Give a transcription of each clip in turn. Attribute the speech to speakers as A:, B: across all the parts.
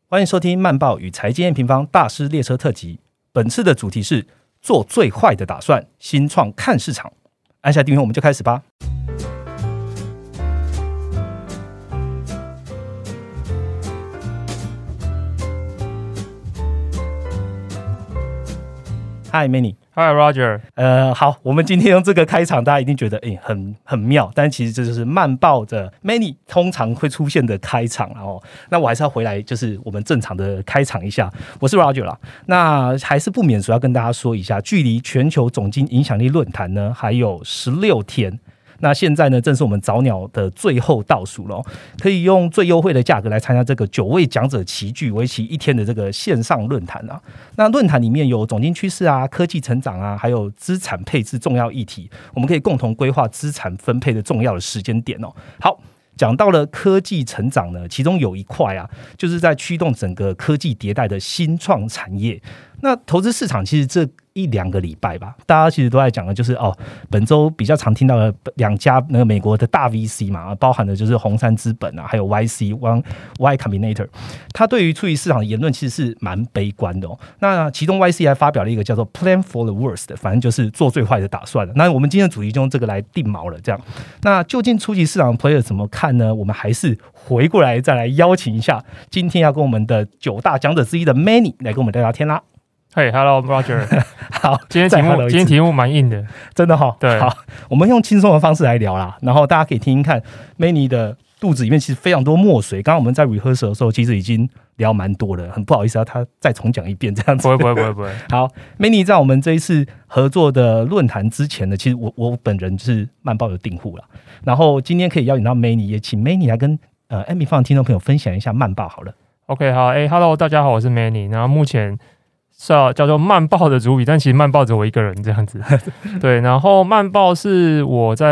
A: 欢迎收听慢报与财经 M 平方大师列车特辑。本次的主题是做最坏的打算，新创看市场。按下订阅，我们就开始吧。Hi Manny。Hi
B: Roger。
A: 好，我们今天用这个开场，大家一定觉得很妙，但其实这就是慢报的 Manny 通常会出现的开场哦。那我还是要回来，就是我们正常的开场一下。我是 Roger 啦。那还是不免俗要跟大家说一下，距离全球总经影响力论坛呢还有16天。那现在呢，正是我们早鸟的最后倒数了，可以用最优惠的价格来参加这个9位讲者齐聚、为期1天的这个线上论坛啊。那论坛里面有总经趋势啊、科技成长啊，还有资产配置重要议题，我们可以共同规划资产分配的重要的时间点哦。好。讲到了科技成长呢，其中有一块啊，就是在驱动整个科技迭代的新创产业。那投资市场其实这1-2个礼拜吧，大家其实都在讲的就是本周比较常听到的2家那个美国的大 VC 嘛，包含的就是红杉资本啊，还有 Y Combinator。他对于初级市场的言论其实是蛮悲观的哦。那其中 YC 还发表了一个叫做 Plan for the Worst， 反正就是做最坏的打算的。那我们今天的主题就用这个来定锚了。这样，那究竟初级市场的 player 怎么看呢？我们还是回过来再来邀请一下今天要跟我们的9大讲者之一的 Manny 来跟我们聊聊天啦。
B: Hello Roger。
A: 好，
B: 今天题目蛮硬的，
A: 真的齁。
B: 对，
A: 好，我们用轻松的方式来聊啦，然后大家可以听听看 Manny 的肚子里面其实非常多墨水。刚刚我们在 rehearsal 的时候，其实已经聊蛮多了，很不好意思他再重讲一遍这样子。
B: 不会。
A: 好 ，Manny 在我们这一次合作的论坛之前呢，其实我本人是慢报的订户啦。然后今天可以邀请到 Manny， 也请 Manny 来跟M 平方的听众朋友分享一下慢报好了。
B: OK， 好，Hello， 大家好，我是 Manny。然后目前是叫做慢报的主笔，但其实慢报只有我一个人这样子。对，然后慢报是我在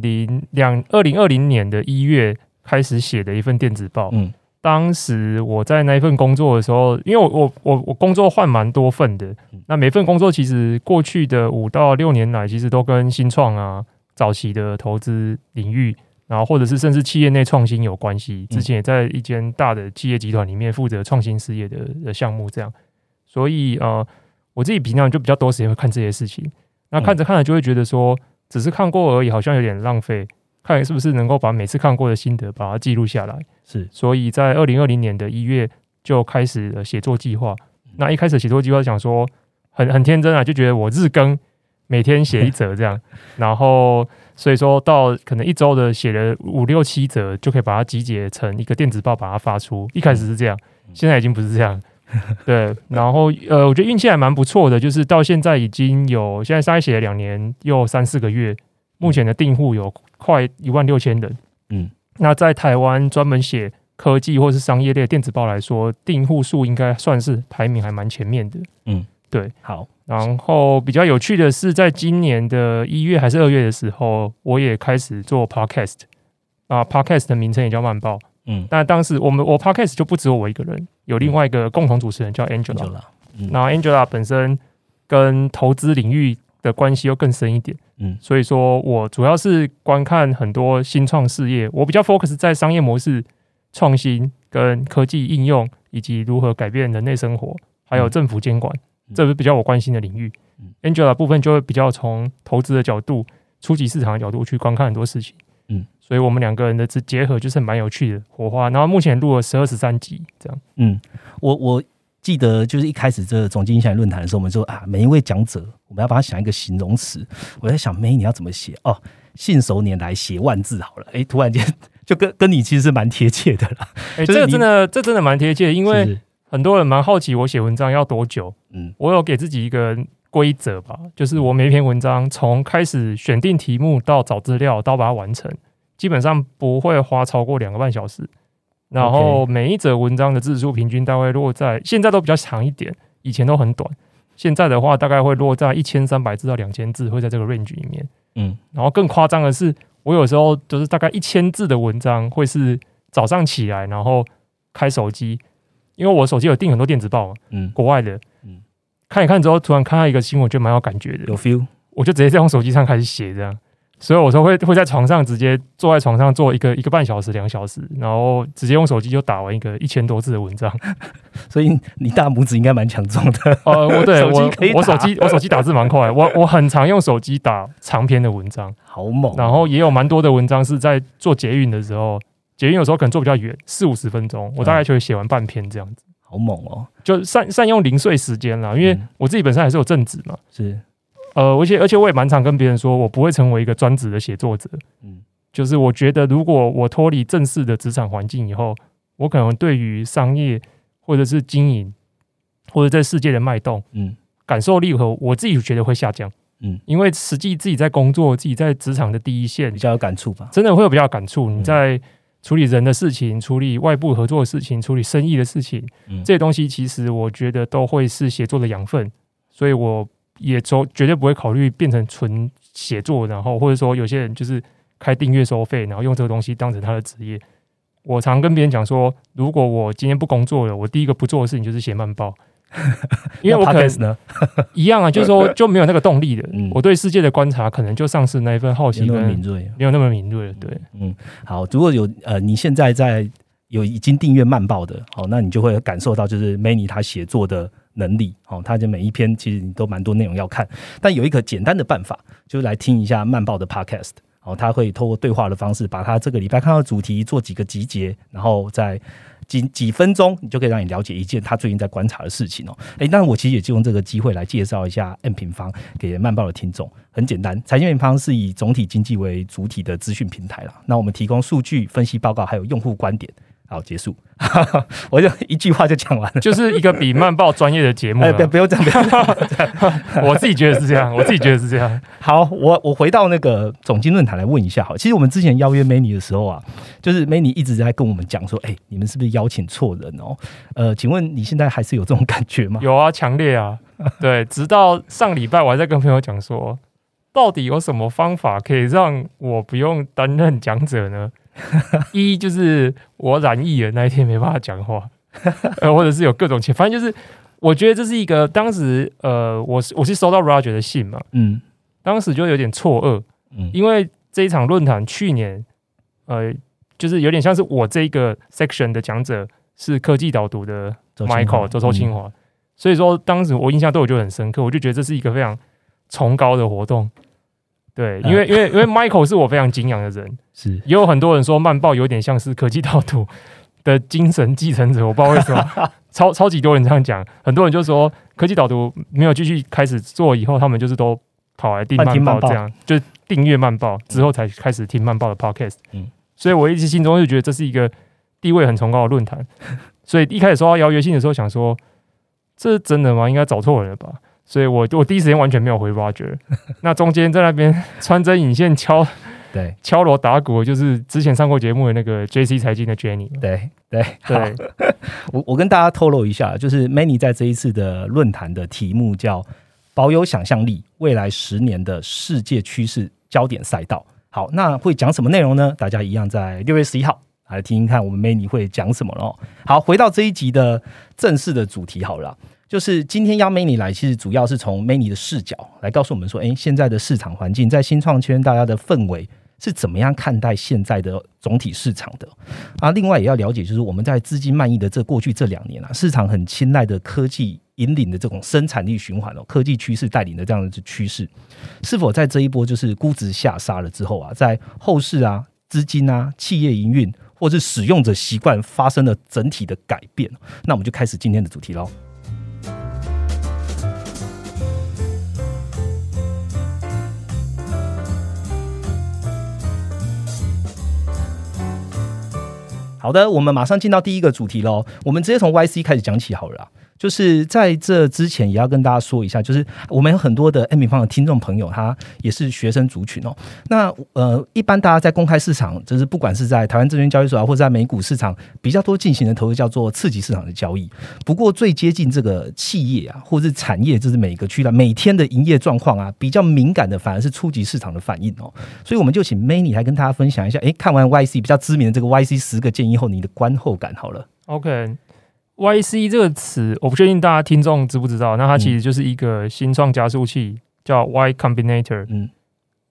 B: 2020年的1月开始写的一份电子报。当时我在那一份工作的时候，因为我工作换蛮多份的，那每份工作其实过去的5到6年来，其实都跟新创啊、早期的投资领域，然后或者是甚至企业内创新有关系。之前也在一间大的企业集团里面负责创新事业的项目这样。所以我自己平常就比较多时间会看这些事情，那看着就会觉得说，只是看过而已，好像有点浪费。看是不是能够把每次看过的心得把它记录下来。
A: 是，
B: 所以在2020年的1月就开始了写作计划。那一开始写作计划想说很天真啊，就觉得我日更每天写1则这样，然后所以说到可能1周的写了5、6、7则就可以把它集结成一个电子报把它发出。一开始是这样，现在已经不是这样。对，然后我觉得运气还蛮不错的，就是到现在已经有，现在大概写了2年又3、4个月，目前的订户有快16000人。那在台湾专门写科技或是商业类的电子报来说，订户数应该算是排名还蛮前面的。对，
A: 好。
B: 然后比较有趣的是，在今年的1月还是2月的时候，我也开始做 podcast。podcast 的名称也叫慢报。但当时我 podcast 就不只有我一个人，有另外一个共同主持人叫 Angela。然后 Angela 本身跟投资领域的关系又更深一点。所以说我主要是观看很多新创事业，我比较 focus 在商业模式创新跟科技应用，以及如何改变人类生活，还有政府监管，这是比较我关心的领域。Angela 部分就会比较从投资的角度、初级市场的角度去观看很多事情。所以我们2个人的结合就是蛮有趣的火花。然后目前录了12、13集这样。
A: 我记得就是一开始这总经影响力论坛的时候，我们说每一位讲者我们要帮他想一个形容词。我在想你要怎么写信手拈来写万字好了。突然间就跟你其实是蛮贴切的啦。
B: 这真的蛮贴切的，因为很多人蛮好奇我写文章要多久。我有给自己一个规则吧，就是我每一篇文章从开始选定题目到找资料到把它完成，基本上不会花超过2个半小时。然后每一则文章的字数平均大概落在，现在都比较长一点，以前都很短，现在的话大概会落在1300字到2000字，会在这个 range 里面。然后更夸张的是，我有时候就是大概1000字的文章会是早上起来然后开手机，因为我手机有订很多电子报嘛，国外的，看一看之后突然看到一个新闻，觉得蛮有感觉的，
A: 有 feel，
B: 我就直接在用手机上开始写这样。 所以我说会在床上直接坐在床上做一个半小时2小时，然后直接用手机就打完一个1000多字的文章。
A: 所以你大拇指应该蛮强壮的。
B: 我手机打字蛮快，我很常用手机打长篇的文章，
A: 好猛。
B: 然后也有蛮多的文章是在做捷运的时候，捷运有时候可能做比较远，40-50分钟，我大概就会写完半篇这样子。
A: 好猛哦！
B: 就善用零碎时间啦，因为我自己本身还是有正职嘛，
A: 是
B: 而且我也蛮常跟别人说，我不会成为一个专职的写作者。就是我觉得如果我脱离正式的职场环境以后，我可能对于商业或者是经营或者在世界的脉动，感受力和我自己觉得会下降。因为实际自己在工作，自己在职场的第一线，
A: 比较有感触吧，
B: 真的会有比较有感触。你在处理人的事情，处理外部合作的事情，处理生意的事情，这些东西其实我觉得都会是写作的养分，所以我也绝对不会考虑变成纯写作，然后或者说有些人就是开订阅收费，然后用这个东西当成他的职业。我常跟别人讲说，如果我今天不工作了，我第一个不做的事情就是写慢报。因为我可能一样啊，就是说就没有那个动力了。我对世界的观察可能就丧失那一份好奇，跟没有那么敏锐了。对，
A: 好，如果有你现在已经订阅慢报的，好，那你就会感受到就是 Manny 他写作的能力，好，他的每一篇其实你都蛮多内容要看，但有一个简单的办法，就是来听一下慢报的 podcast。好，他会透过对话的方式，把他这个礼拜看到的主题做几个集结，然后在几分钟，你就可以让你了解一件他最近在观察的事情哦。那我其实也就用这个机会来介绍一下 M 平方给慢报的听众。很简单，财经平方是以总体经济为主体的资讯平台啦。那我们提供数据分析报告，还有用户观点。好，结束。我就一句话就讲完了，
B: 就是一个比慢报专业的节目。
A: 不用这样，不用这样。
B: 我自己觉得是这样。
A: 好，我回到那个总经论坛来问一下。好，其实我们之前邀约 Manny 的时候啊，就是 Manny 一直在跟我们讲说，你们是不是邀请错人哦？请问你现在还是有这种感觉吗？
B: 有啊，强烈啊。对，直到上礼拜我还在跟朋友讲说，到底有什么方法可以让我不用担任讲者呢？一就是我染疫了那一天没办法讲话，或者是有各种情况，反正就是我觉得这是一个当时我是收到 Roger 的信嘛，当时就有点错愕，因为这一场论坛去年就是有点像是我这个 section 的讲者是科技导读的 Michael 周清华，所以说当时我印象对我就很深刻，我就觉得这是一个非常崇高的活动。对，因为 Michael 是我非常敬仰的人，是也有很多人说慢报有点像是科技导读的精神继承者，我不知道为什么超级多人这样讲，很多人就说科技导读没有继续开始做以后，他们就是都跑来订慢报，这样就订阅慢报之后才开始听慢报的 podcast。所以我一直心中就觉得这是一个地位很崇高的论坛，所以一开始收到邀约信的时候，想说这真的吗？应该找错人了吧。所以我第一时间完全没有回 Roger， 那中间在那边穿针引线敲锣打鼓，就是之前上过节目的那个 JC 财经的 Jenny。对，我跟大家透露一下，就是 Manny 在这一次的论坛的题目叫“保有想象力：未来10年的世界趋势焦点赛道”。好，那会讲什么内容呢？大家一样在6月11号来听听看，我们 Manny 会讲什么咯。好，回到这一集的正式的主题好了。就是今天邀 Manny 来，其实主要是从 Manny 的视角来告诉我们说，现在的市场环境，在新创圈大家的氛围是怎么样看待现在的总体市场的啊？另外也要了解，就是我们在资金漫溢的过去这2年啊，市场很青睐的科技引领的这种生产力循环科技趋势带领的这样的趋势，是否在这一波就是估值下杀了之后啊，在后市啊、资金啊、企业营运或是使用者习惯发生了整体的改变？那我们就开始今天的主题咯。好的，我们马上进到第一个主题咯。我们直接从 YC 开始讲起好了啦。就是在这之前也要跟大家说一下，就是我们有很多的 M 平方的听众朋友，他也是学生族群哦。那一般大家在公开市场，就是不管是在台湾证券交易所或者在美股市场比较多进行的投资叫做次级市场的交易。不过最接近这个企业啊，或是产业，就是每个区的每天的营业状况啊，比较敏感的反而是初级市场的反应哦。所以我们就请 Manny 来跟大家分享一下，看完 YC 比较知名的这个 YC 10个建议后，你的观后感好了。 OK。YC 这个词，我不确定大家听众知不知道。那它其实就是一个新创加速器，叫 Y Combinator。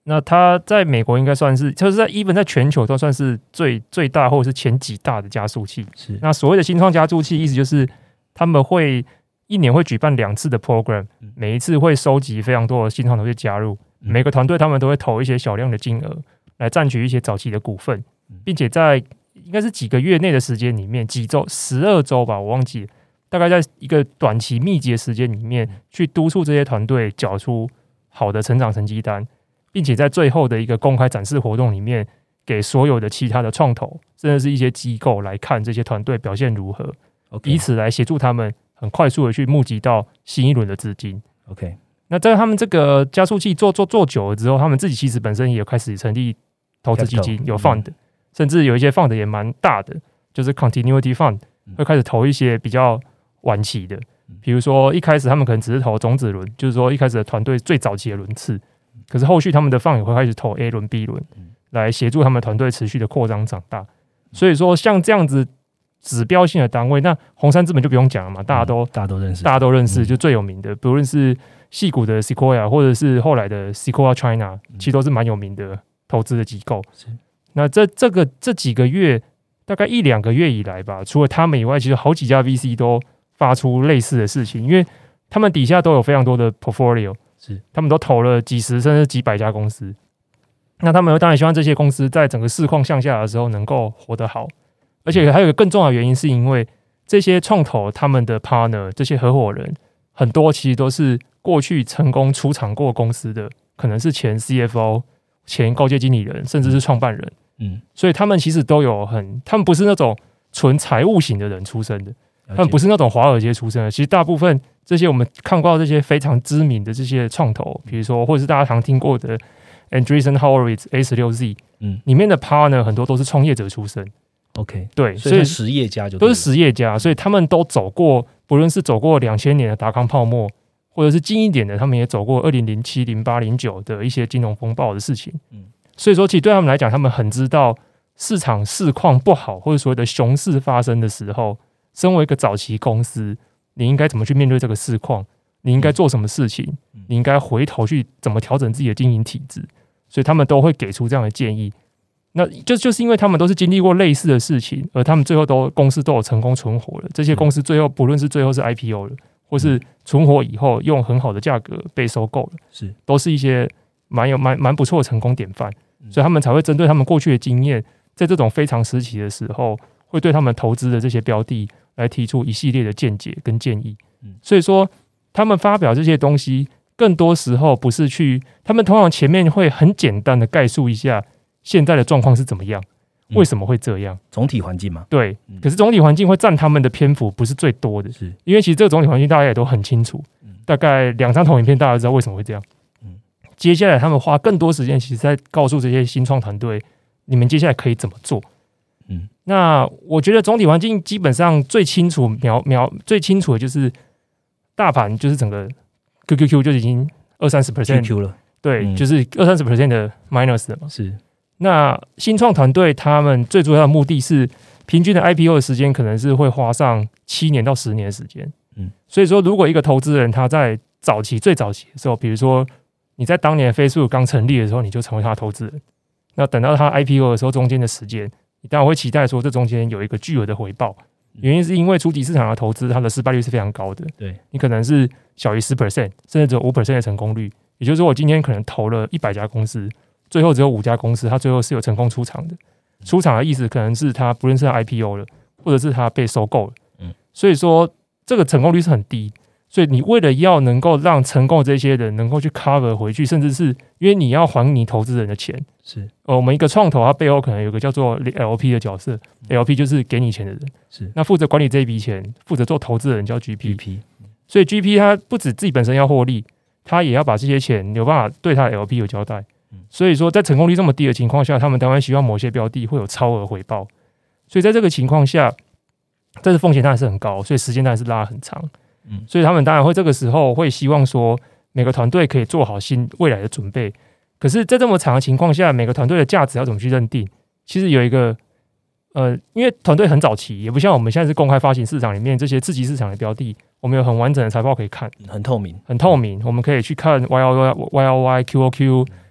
B: 那它在美国应该算是，就是在全球都算是最大或者是前几大的加速器。
A: 是，
B: 那所谓的新创加速器，意思就是他们会一年会举办2次的 program，每一次会收集非常多的新创团队加入，每个团队他们都会投一些小量的金额来占取一些早期的股份，并且在应该是几个月内的时间里面，几周12周吧，我忘记了，大概在一个短期密集的时间里面，去督促这些团队缴出好的成长成绩单，并且在最后的一个公开展示活动里面，给所有的其他的创投，甚至是一些机构来看这些团队表现如何，以此来协助他们很快速的去募集到新一轮的资金。
A: OK，
B: 那在他们这个加速器做久了之后，他们自己其实本身也有开始成立投资基金，有 fund，甚至有一些 fund 也蛮大的，就是 continuity fund 会开始投一些比较晚期的，比如说一开始他们可能只是投种子轮，就是说一开始的团队最早期的轮次，可是后续他们的 fund 也会开始投 A 轮 B 轮，来协助他们团队持续的扩张长大。所以说像这样子指标性的单位，那红杉资本就不用讲了嘛，大家都认识，就最有名的，不论是矽谷的 Sequoia 或者是后来的 Sequoia China， 其实都是蛮有名的投资的机构。那这几个月，大概1-2个月以来吧，除了他们以外，其实好几家 VC 都发出类似的事情，因为他们底下都有非常多的 portfolio， 他们都投了几十甚至几百家公司。那他们当然希望这些公司在整个市况向下的时候能够活得好，而且还有一个更重要的原因，是因为这些创投他们的 partner 这些合伙人很多其实都是过去成功出场过公司的，可能是前 CFO、前高阶经理人，甚至是创办人。所以他们其实都有他们不是那种纯财务型的人出身的，他们不是那种华尔街出身的。其实大部分这些我们看过这些非常知名的这些创投，比如说或者是大家常听过的 Andreessen Horowitz A16Z，里面的 partner 很多都是创业者出身。
A: OK，
B: 对，
A: 所以实业家
B: 都是实业家，所以他们都走过，不论是走过2000年的达康泡沫，或者是近一点的，他们也走过2007、08、09的一些金融风暴的事情。所以说，其实对他们来讲，他们很知道市场市况不好，或者所谓的熊市发生的时候，身为一个早期公司，你应该怎么去面对这个市况？你应该做什么事情？你应该回头去怎么调整自己的经营体制？所以他们都会给出这样的建议。那就是因为他们都是经历过类似的事情，而他们最后公司都有成功存活了。这些公司最后不论是最后是 IPO 了，或是存活以后用很好的价格被收购了，都是一些蛮不错的成功典范。所以他们才会针对他们过去的经验，在这种非常时期的时候，会对他们投资的这些标的来提出一系列的见解跟建议。所以说，他们发表这些东西，更多时候不是他们通常前面会很简单的概述一下现在的状况是怎么样，为什么会这样，
A: 总体环境嘛。
B: 对，可是总体环境会占他们的篇幅不是最多的，因为其实这个总体环境大家也都很清楚，大概2-3投影片大家知道为什么会这样。接下来他们花更多时间，其实在告诉这些新创团队，你们接下来可以怎么做。那我觉得总体环境基本上最清楚的就是大盘，就是整个 QQQ 就已经20-30%
A: 了，
B: 对，就是 20-30% 的 minus 了嘛。那新创团队他们最主要的目的是，平均的 IPO 的时间可能是会花上7年到10年的时间。所以说，如果一个投资人他在最早期的时候，比如说你在当年 Facebook 刚成立的时候，你就成为他的投资人。那等到他 IPO 的时候，中间的时间，你当然会期待说这中间有一个巨额的回报。原因是因为初级市场的投资，它的失败率是非常高的。对，你可能是小于10%，甚至只有5% 的成功率。也就是说，我今天可能投了100家公司，最后只有5家公司，它最后是有成功出场的。出场的意思可能是它不论是它 IPO 了，或者是它被收购了。所以说这个成功率是很低。所以你为了要能够让成功的这些人能够去 cover 回去，甚至是因为你要还你投资人的钱，我们一个创投它背后可能有个叫做 LP 的角色，LP 就是给你钱的人，那负责管理这一笔钱，负责做投资的人叫 GP。所以 GP 他不止自己本身要获利，他也要把这些钱有办法对他的 LP 有交代。所以说在成功率这么低的情况下，他们当然希望某些标的会有超额回报。所以在这个情况下，这是风险当然是很高，所以时间当然是拉很长。所以他们当然会这个时候会希望说每个团队可以做好未来的准备。可是在这么长的情况下，每个团队的价值要怎么去认定？其实有一个因为团队很早期，也不像我们现在是公开发行市场里面这些次级市场的标的，我们有很完整的财报可以看，
A: 很透明。
B: 我们可以去看 YOY、QOQ，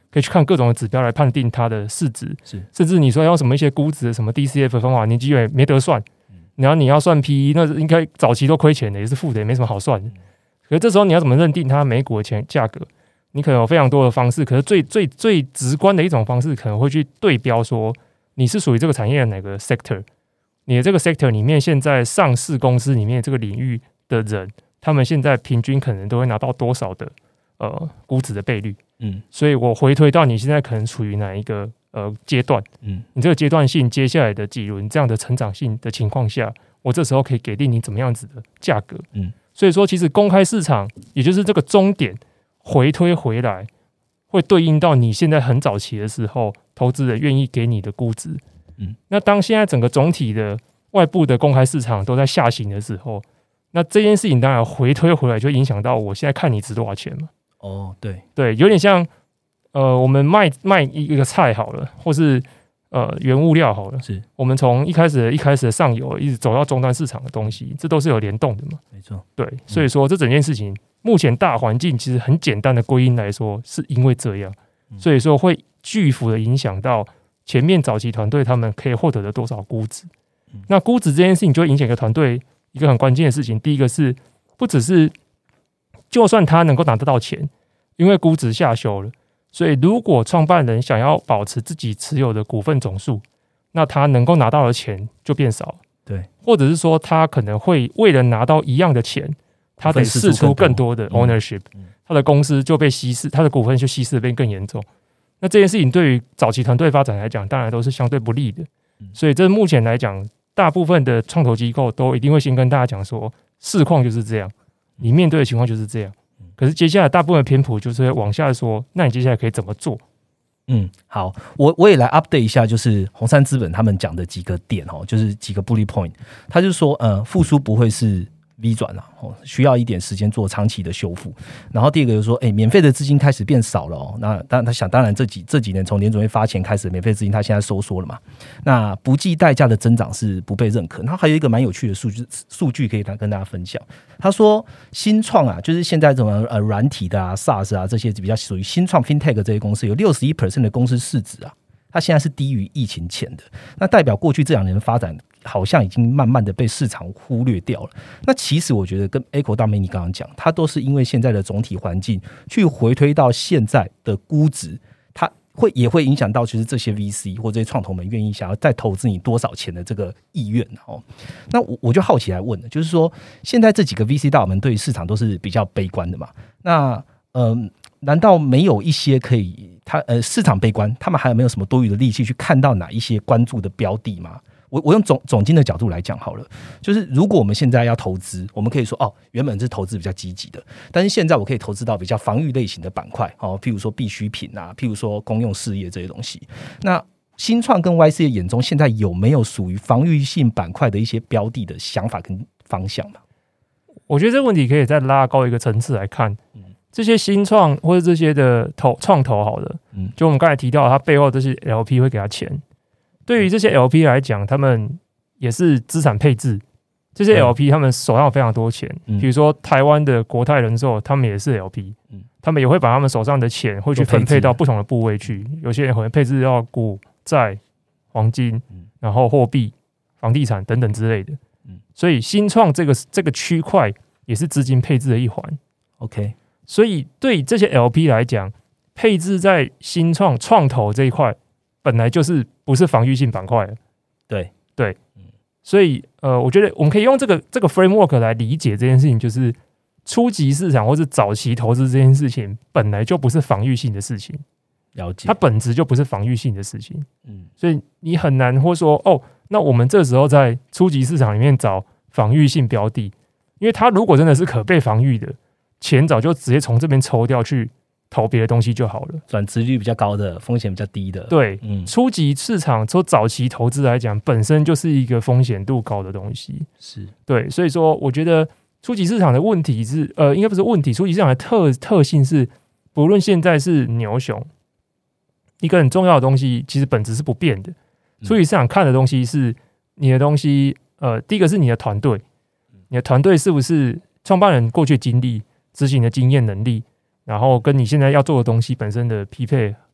B: 可以去看各种的指标来判定它的市值，
A: 是，
B: 甚至你说要用什么一些估值什么 DCF 的方法，年纪远没得算，然后你要算 PE， 那应该早期都亏钱的，也是负的，也没什么好算的。可是这时候你要怎么认定它每股的价格？你可能有非常多的方式，可是最直观的一种方式，可能会去对标说你是属于这个产业的哪个 sector， 你的这个 sector 里面现在上市公司里面这个领域的人，他们现在平均可能都会拿到多少的估值的倍率。所以我回推到你现在可能处于哪一个阶段，你这个阶段性接下来的几轮这样的成长性的情况下，我这时候可以给定你怎么样子的价格。所以说其实公开市场也就是这个终点回推回来，会对应到你现在很早期的时候投资人愿意给你的估值。那当现在整个总体的外部的公开市场都在下行的时候，那这件事情当然回推回来就影响到我现在看你值多少钱嘛。对，有点像我们卖一个菜好了，或是原物料好了，
A: 是
B: 我们从一开始的上游一直走到终端市场的东西，这都是有联动的嘛。
A: 没错，
B: 对，所以说这整件事情目前大环境其实很简单的归因来说，是因为这样，所以说会巨幅的影响到前面早期团队他们可以获得的多少估值。那估值这件事情就会影响一个团队一个很关键的事情，第一个是不只是就算他能够拿得到钱，因为估值下修了，所以如果创办人想要保持自己持有的股份总数，那他能够拿到的钱就变少。
A: 对，
B: 或者是说他可能会为了拿到一样的钱，他得释出更多的 ownership，他的公司就被稀释，他的股份就稀释的变更严重。那这件事情对于早期团队发展来讲，当然都是相对不利的。所以这目前来讲，大部分的创投机构都一定会先跟大家讲说，市况就是这样，你面对的情况就是这样。可是接下来大部分的篇幅就是会往下说，那你接下来可以怎么做？
A: 好，我也来 update 一下，就是红杉资本他们讲的几个点就是几个 bullet point。他就说，复苏不会是 V 转需要一点时间做长期的修复。然后第二个就是说，免费的资金开始变少了那当然这几年从联准会发钱开始，免费资金他现在收缩了嘛。那不计代价的增长是不被认可。然后还有一个蛮有趣的数据可以跟大家分享。他说新创就是现在这种软体的SaaS 这些比较属于新创 FinTech 这些公司，有 61% 的公司市值它现在是低于疫情前的。那代表过去这2年的发展好像已经慢慢的被市场忽略掉了。那其实我觉得跟 Echo 大妹你刚刚讲，它都是因为现在的总体环境去回推到现在的估值，它也会影响到就是这些 VC 或这些创投们愿意想要再投资你多少钱的这个意愿那我就好奇来问了，就是说现在这几个 VC 大佬们对于市场都是比较悲观的嘛？那难道没有一些可以市场悲观，他们还有没有什么多余的力气去看到哪一些关注的标的吗？我用总经的角度来讲好了，就是如果我们现在要投资，我们可以说原本是投资比较积极的，但是现在我可以投资到比较防御类型的板块譬如说必需品譬如说公用事业这些东西。那新创跟 YC 的眼中，现在有没有属于防御性板块的一些标的的想法跟方向呢？
B: 我觉得这个问题可以再拉高一个层次来看。这些新创或者这些的创投好了，就我们刚才提到，他背后这些 LP 会给他钱。对于这些 LP 来讲，他们也是资产配置。这些 LP 他们手上有非常多钱，比如说台湾的国泰人寿，他们也是 LP，他们也会把他们手上的钱会去分配到不同的部位去。有些人会配置到股债、黄金，然后货币、房地产等等之类的。所以新创这个区块也是资金配置的一环。
A: OK。
B: 所以对这些 LP 来讲，配置在新创投这一块，本来就是不是防御性板块了。对，所以我觉得我们可以用这个 framework 来理解这件事情，就是初级市场或是早期投资这件事情，本来就不是防御性的事情。
A: 了解，
B: 它本质就不是防御性的事情。所以你很难或说那我们这时候在初级市场里面找防御性标的，因为它如果真的是可被防御的，钱早就直接从这边抽掉去投别的东西就好了，
A: 转殖率比较高的，风险比较低的。
B: 对，初级市场从早期投资来讲，本身就是一个风险度高的东西。
A: 是
B: 对，所以说我觉得初级市场的问题是，应该不是问题，初级市场的特性是，不论现在是牛熊，一个很重要的东西，其实本质是不变的。初级市场看的东西是你的东西，第一个是你的团队，你的团队是不是创办人过去经历、执行的经验能力，然后跟你现在要做的东西本身的匹配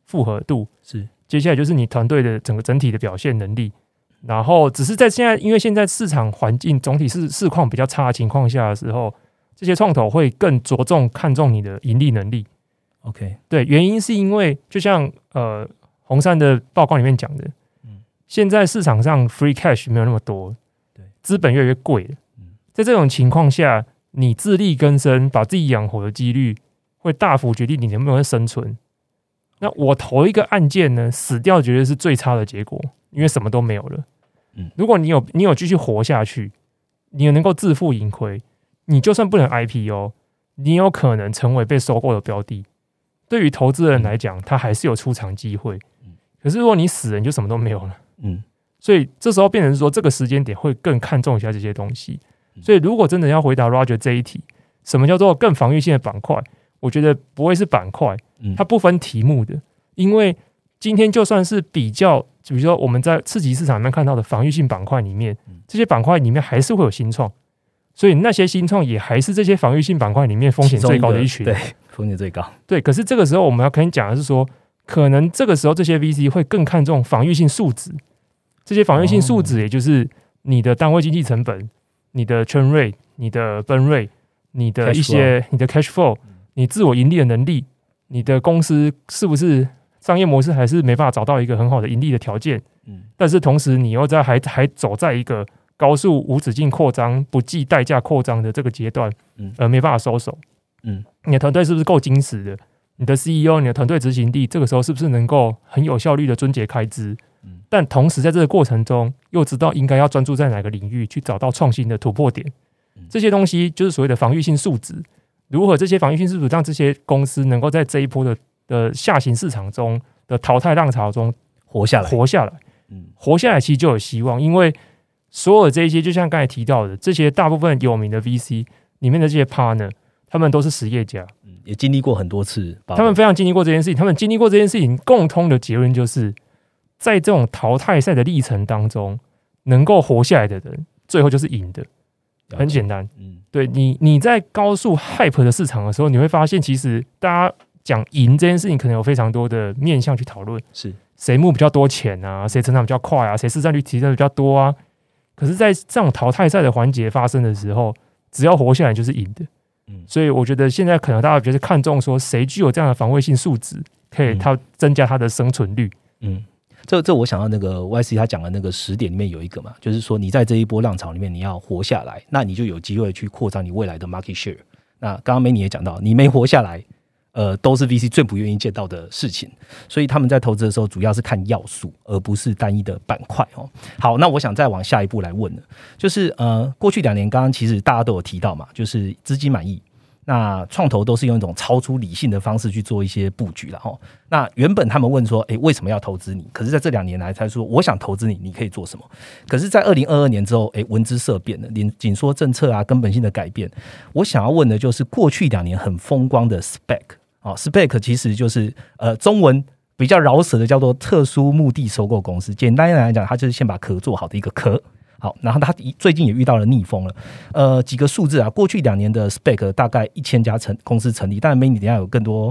B: 复合度，
A: 是
B: 接下来就是你团队的整体的表现能力。然后只是在现在，因为现在市场环境总体市况比较差的情况下的时候，这些创投会更着重看重你的盈利能力。
A: OK，
B: 对，原因是因为就像红杉的报告里面讲的，现在市场上 free cash 没有那么多，对，资本越来越贵了。在这种情况下，你自力更生、把自己养活的几率会大幅决定你能不能生存。那我投一个案件呢，死掉绝对是最差的结果，因为什么都没有了。如果你有继续活下去，你能够自负盈亏，你就算不能 IPO， 你有可能成为被收购的标的。对于投资人来讲，他还是有出场机会。可是如果你死了，你就什么都没有了。所以这时候变成说，这个时间点会更看重一下这些东西。所以如果真的要回答 Roger 这一题，什么叫做更防御性的板块？我觉得不会是板块，它不分题目的，因为今天就算是比较，比如说我们在次级市场里面看到的防御性板块里面，这些板块里面还是会有新创，所以那些新创也还是这些防御性板块里面风险最高的一群，
A: 对，风险最高。
B: 对，可是这个时候我们要跟你讲的是说，可能这个时候这些 VC 会更看重防御性数值，这些防御性数值也就是你的单位经济成本、你的 churn rate、你的 burn rate、你的一些你的 cash flow、你自我盈利的能力、你的公司是不是商业模式还是没办法找到一个很好的盈利的条件，但是同时你又还走在一个高速无止境扩张、不计代价扩张的这个阶段，而没办法收手。你的团队是不是够精实的？你的 CEO、你的团队执行力，这个时候是不是能够很有效率的撙节开支？但同时在这个过程中，又知道应该要专注在哪个领域去找到创新的突破点。这些东西就是所谓的防御性数值。如何这些防御性数值让这些公司能够在这一波的下行市场中的淘汰浪潮中活下来，活下来其实就有希望，因为所有的这一些，就像刚才提到的，这些大部分有名的 VC 里面的这些 partner， 他们都是实业家，
A: 也经历过很多次，
B: 他们非常经历过这件事情，他们经历过这件事情，共通的结论就是，在这种淘汰赛的历程当中，能够活下来的人，最后就是赢的，很简单。对你在高速 hype 的市场的时候，你会发现，其实大家讲赢这件事情，可能有非常多的面向去讨论，是谁募比较多钱啊，谁成长比较快啊，谁市占率提升比较多啊。可是，在这种淘汰赛的环节发生的时候，只要活下来就是赢的。所以我觉得现在可能大家就是看重说谁具有这样的防卫性素质，可以它增加它的生存率。
A: 这我想到那个 YC 他讲的那个10点里面有一个嘛，就是说你在这一波浪潮里面你要活下来，那你就有机会去扩张你未来的 market share。那刚刚Manny也讲到，你没活下来，都是 VC 最不愿意见到的事情，所以他们在投资的时候主要是看要素，而不是单一的板块哦。好，那我想再往下一步来问了，就是过去2年，刚刚其实大家都有提到嘛，就是资金满意。那创投都是用一种超出理性的方式去做一些布局啦齁。那原本他们问说，为什么要投资你？可是在这2年来才说，我想投资你，你可以做什么？可是，在2022年之后，文资色变了，紧缩政策啊，根本性的改变。我想要问的就是，过去2年很风光的 SPAC，SPAC 其实就是中文比较饶舌的叫做特殊目的收购公司。简单来讲，它就是先把壳做好的一个壳。好，然后他最近也遇到了逆风了。几个数字啊，过去2年的 SPAC 大概1000家公司成立，当然 Manny 等一下有更多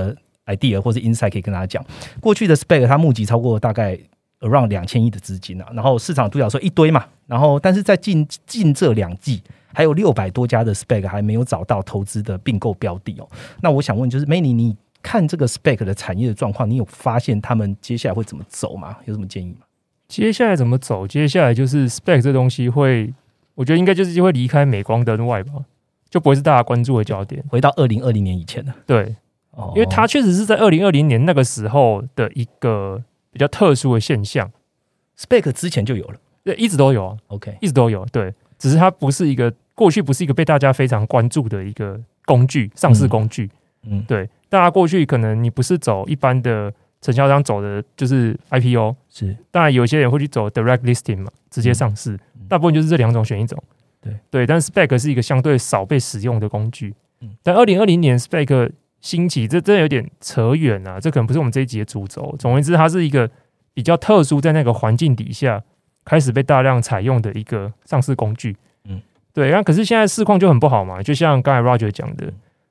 A: idea 或是 insight 可以跟大家讲。过去的 SPAC 它募集超过大概 around 2000亿的资金啊，然后市场独角兽一堆嘛，然后但是在近这2季，还有600多家的 SPAC 还没有找到投资的并购标的哦。那我想问，就是 Manny 你看这个 SPAC 的产业的状况，你有发现他们接下来会怎么走吗？有什么建议吗？
B: 接下来怎么走？接下来就是 SPAC 这东西会，我觉得应该就是会离开镁光灯外吧，就不会是大家关注的焦点，
A: 回到2020年以前了。
B: 对，因为它确实是在2020年那个时候的一个比较特殊的现象。
A: SPAC 之前就有了，
B: 对，一直都有啊。
A: OK，
B: 一直都有，对，只是它不是一个过去不是一个被大家非常关注的一个工具，上市工具。对，大家过去可能你不是走一般的承销商走的就是 IPO， 是，当然有些人会去走 direct listing 嘛，直接上市，大部分就是这2种选一种。对，但 SPAC 是一个相对少被使用的工具。但2020年 SPAC 兴起，这真的有点扯远啊，这可能不是我们这一集的主轴。总而言之，它是一个比较特殊，在那个环境底下开始被大量采用的一个上市工具。对，那可是现在市况就很不好嘛，就像刚才 Roger 讲的。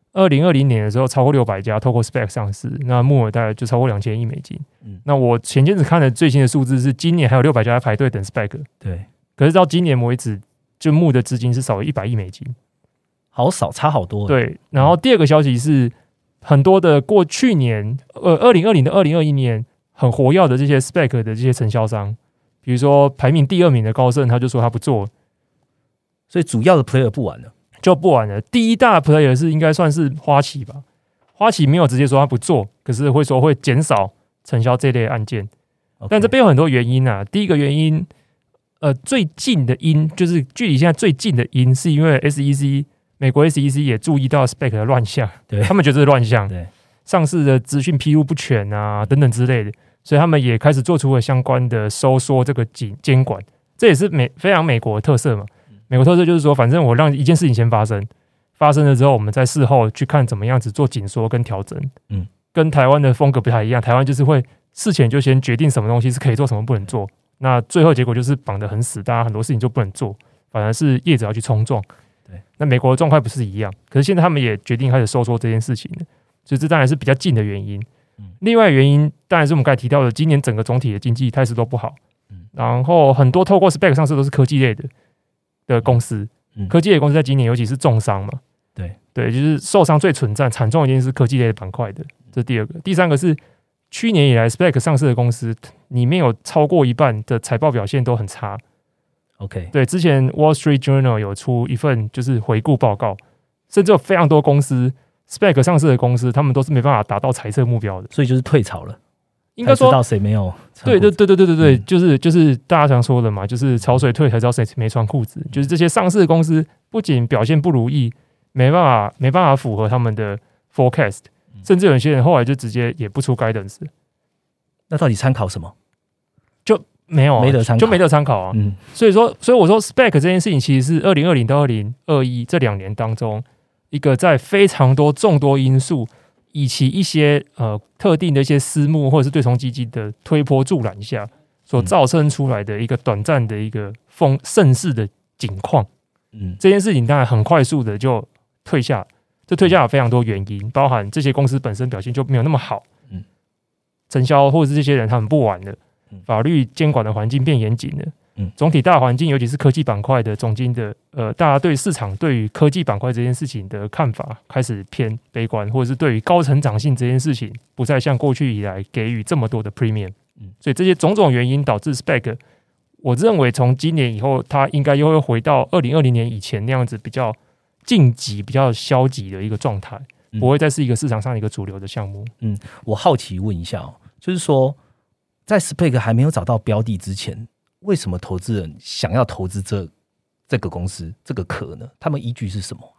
B: 2020年的时候，超过600家透过 SPAC 上市，那募额大概就超过2000亿美金。那我前阵子看的最新的数字是，今年还有600家在排队等 SPAC。对，可是到今年为止，就募的资金是少了100亿美金，
A: 好少，差好多。
B: 对，然后第二个消息是，很多的过去年2020到2021年很活跃的这些 SPAC 的这些承销商，比如说排名第2名的高盛，他就说他不做，
A: 所以主要的 player 不玩了。
B: 就不玩了。第一大 player 是应该算是花旗吧，花旗没有直接说他不做，可是会说会减少承销这类案件。但这边有很多原因啊。第一个原因，最近的因就是距离现在最近的因，是因为 SEC 美国 SEC 也注意到 SPAC 的乱象，他们觉得这是乱象，上市的资讯披露不全啊等等之类的，所以他们也开始做出了相关的收缩这个监管，这也是非常美国的特色嘛。美国特色就是说，反正我让一件事情先发生，发生了之后，我们在事后去看怎么样子做紧缩跟调整。跟台湾的风格不太一样，台湾就是会事前就先决定什么东西是可以做，什么不能做，那最后结果就是绑得很死，大家很多事情就不能做，反而是业者要去冲撞。那美国的状况不是一样，可是现在他们也决定开始收缩这件事情了，所以这当然是比较近的原因。另外的原因当然是我们刚才提到的，今年整个总体的经济态势都不好，然后很多透过 SPAC 上市都是科技类的公司，科技类的公司在今年尤其是重伤嘛，对，就是受伤最惨重一定是科技类的板块的，这是第二个。第三个是去年以来 SPAC 上市的公司里面有超过一半的财报表现都很差。对，之前 Wall Street Journal 有出一份就是回顾报告，甚至有非常多公司 SPAC 上市的公司，他们都是没办法达到财测目标的，
A: 所以就是退潮了。
B: 应该说
A: 知道谁没有
B: 对，就是大家常说的嘛，就是潮水退才知道谁没穿裤子。就是这些上市的公司不仅表现不如意，没办法符合他们的 forecast，甚至有些人后来就直接也不出 guidance。
A: 那到底参考什么？
B: 就没有、啊，
A: 没得参考，
B: 就没得参考啊。所以我说 SPAC 这件事情其实是2020到2021这2年当中一个在非常多众多因素，以及一些特定的一些私募或者是对冲基金的推波助澜下所造成出来的一个短暂的一个盛世的景况。这件事情当然很快速的就退下，这退下有非常多原因，包含这些公司本身表现就没有那么好，承销或者是这些人他们不玩了，法律监管的环境变严谨了。总体大环境，尤其是科技板块的总经的大家对市场对于科技板块这件事情的看法开始偏悲观，或者是对于高成长性这件事情不再像过去以来给予这么多的 premium。所以这些种种原因导致 SPAC， 我认为从今年以后，它应该又会回到2020年以前那样子比较晋级、比较消极的一个状态，不会再是一个市场上一个主流的项目。
A: 我好奇问一下就是说，在 SPAC 还没有找到标的之前，为什么投资人想要投资这个公司这个壳呢？他们依据是什么？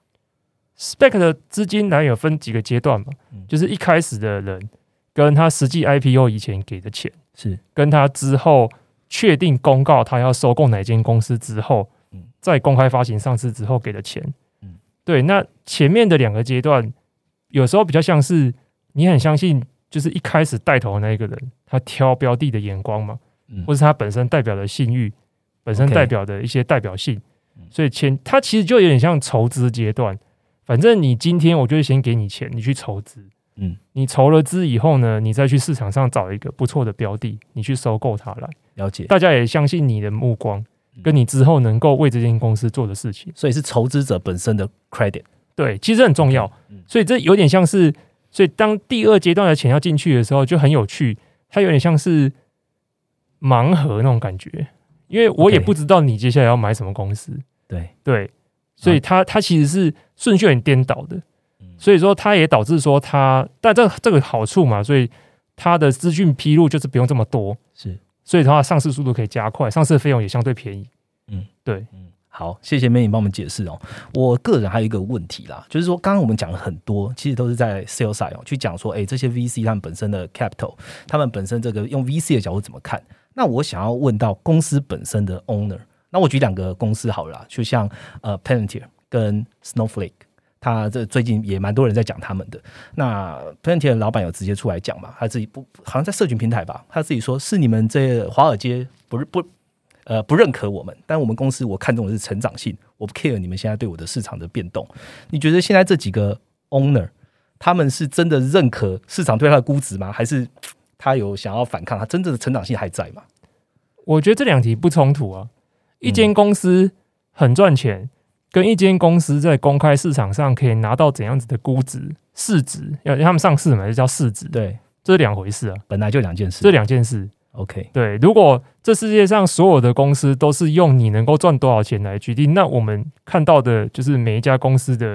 B: SPAC 的资金来源有分几个阶段嘛，就是一开始的人跟他实际 IPO 以前给的钱，是跟他之后确定公告他要收购哪间公司之后，在公开发行上市之后给的钱。对，那前面的2个阶段有时候比较像是你很相信就是一开始带头的那一个人他挑标的的眼光嘛，或是他本身代表的信誉，本身代表的一些代表性，所以他其实就有点像筹资阶段。反正你今天我就先给你钱，你去筹资，你筹了资以后呢，你再去市场上找一个不错的标的，你去收购它来。了解，大家也相信你的目光，跟你之后能够为这间公司做的事情，
A: 所以是投资者本身的 credit。
B: 对，其实很重要。所以这有点像是，所以当第2阶段的钱要进去的时候，就很有趣，它有点像是盲盒那种感觉，因为我也不知道你接下来要买什么公司。对，所以它其实是顺序很颠倒的，所以说它也导致说但这个好处嘛，所以它的资讯披露就是不用这么多，是，所以它的上市速度可以加快，上市的费用也相对便宜。对。
A: 好，谢谢 Manny 帮我们解释我个人还有一个问题啦，就是说刚刚我们讲了很多，其实都是在 sales side 去讲说，这些 VC 他们本身的 capital， 他们本身这个用 VC 的角度怎么看？那我想要问到公司本身的 owner， 那我举2个公司好了啦，就像Palantir 跟 Snowflake， 他这最近也蛮多人在讲他们的。那 Palantir 的老板有直接出来讲嘛，他自己好像在社群平台吧，他自己说是你们这华尔街不认可我们，但我们公司我看重的是成长性，我不 care 你们现在对我的市场的变动。你觉得现在这几个 owner， 他们是真的认可市场对他的估值吗？还是他有想要反抗？他真正的成长性还在吗？
B: 我觉得这两题不冲突啊。一间公司很赚钱，跟一间公司在公开市场上可以拿到怎样子的估值、市值，要他们上市嘛，就叫市值。
A: 对，
B: 这是两回事啊，
A: 本来就两件事。
B: 这两件事。
A: OK，
B: 对，如果这世界上所有的公司都是用你能够赚多少钱来决定，那我们看到的就是每一家公司的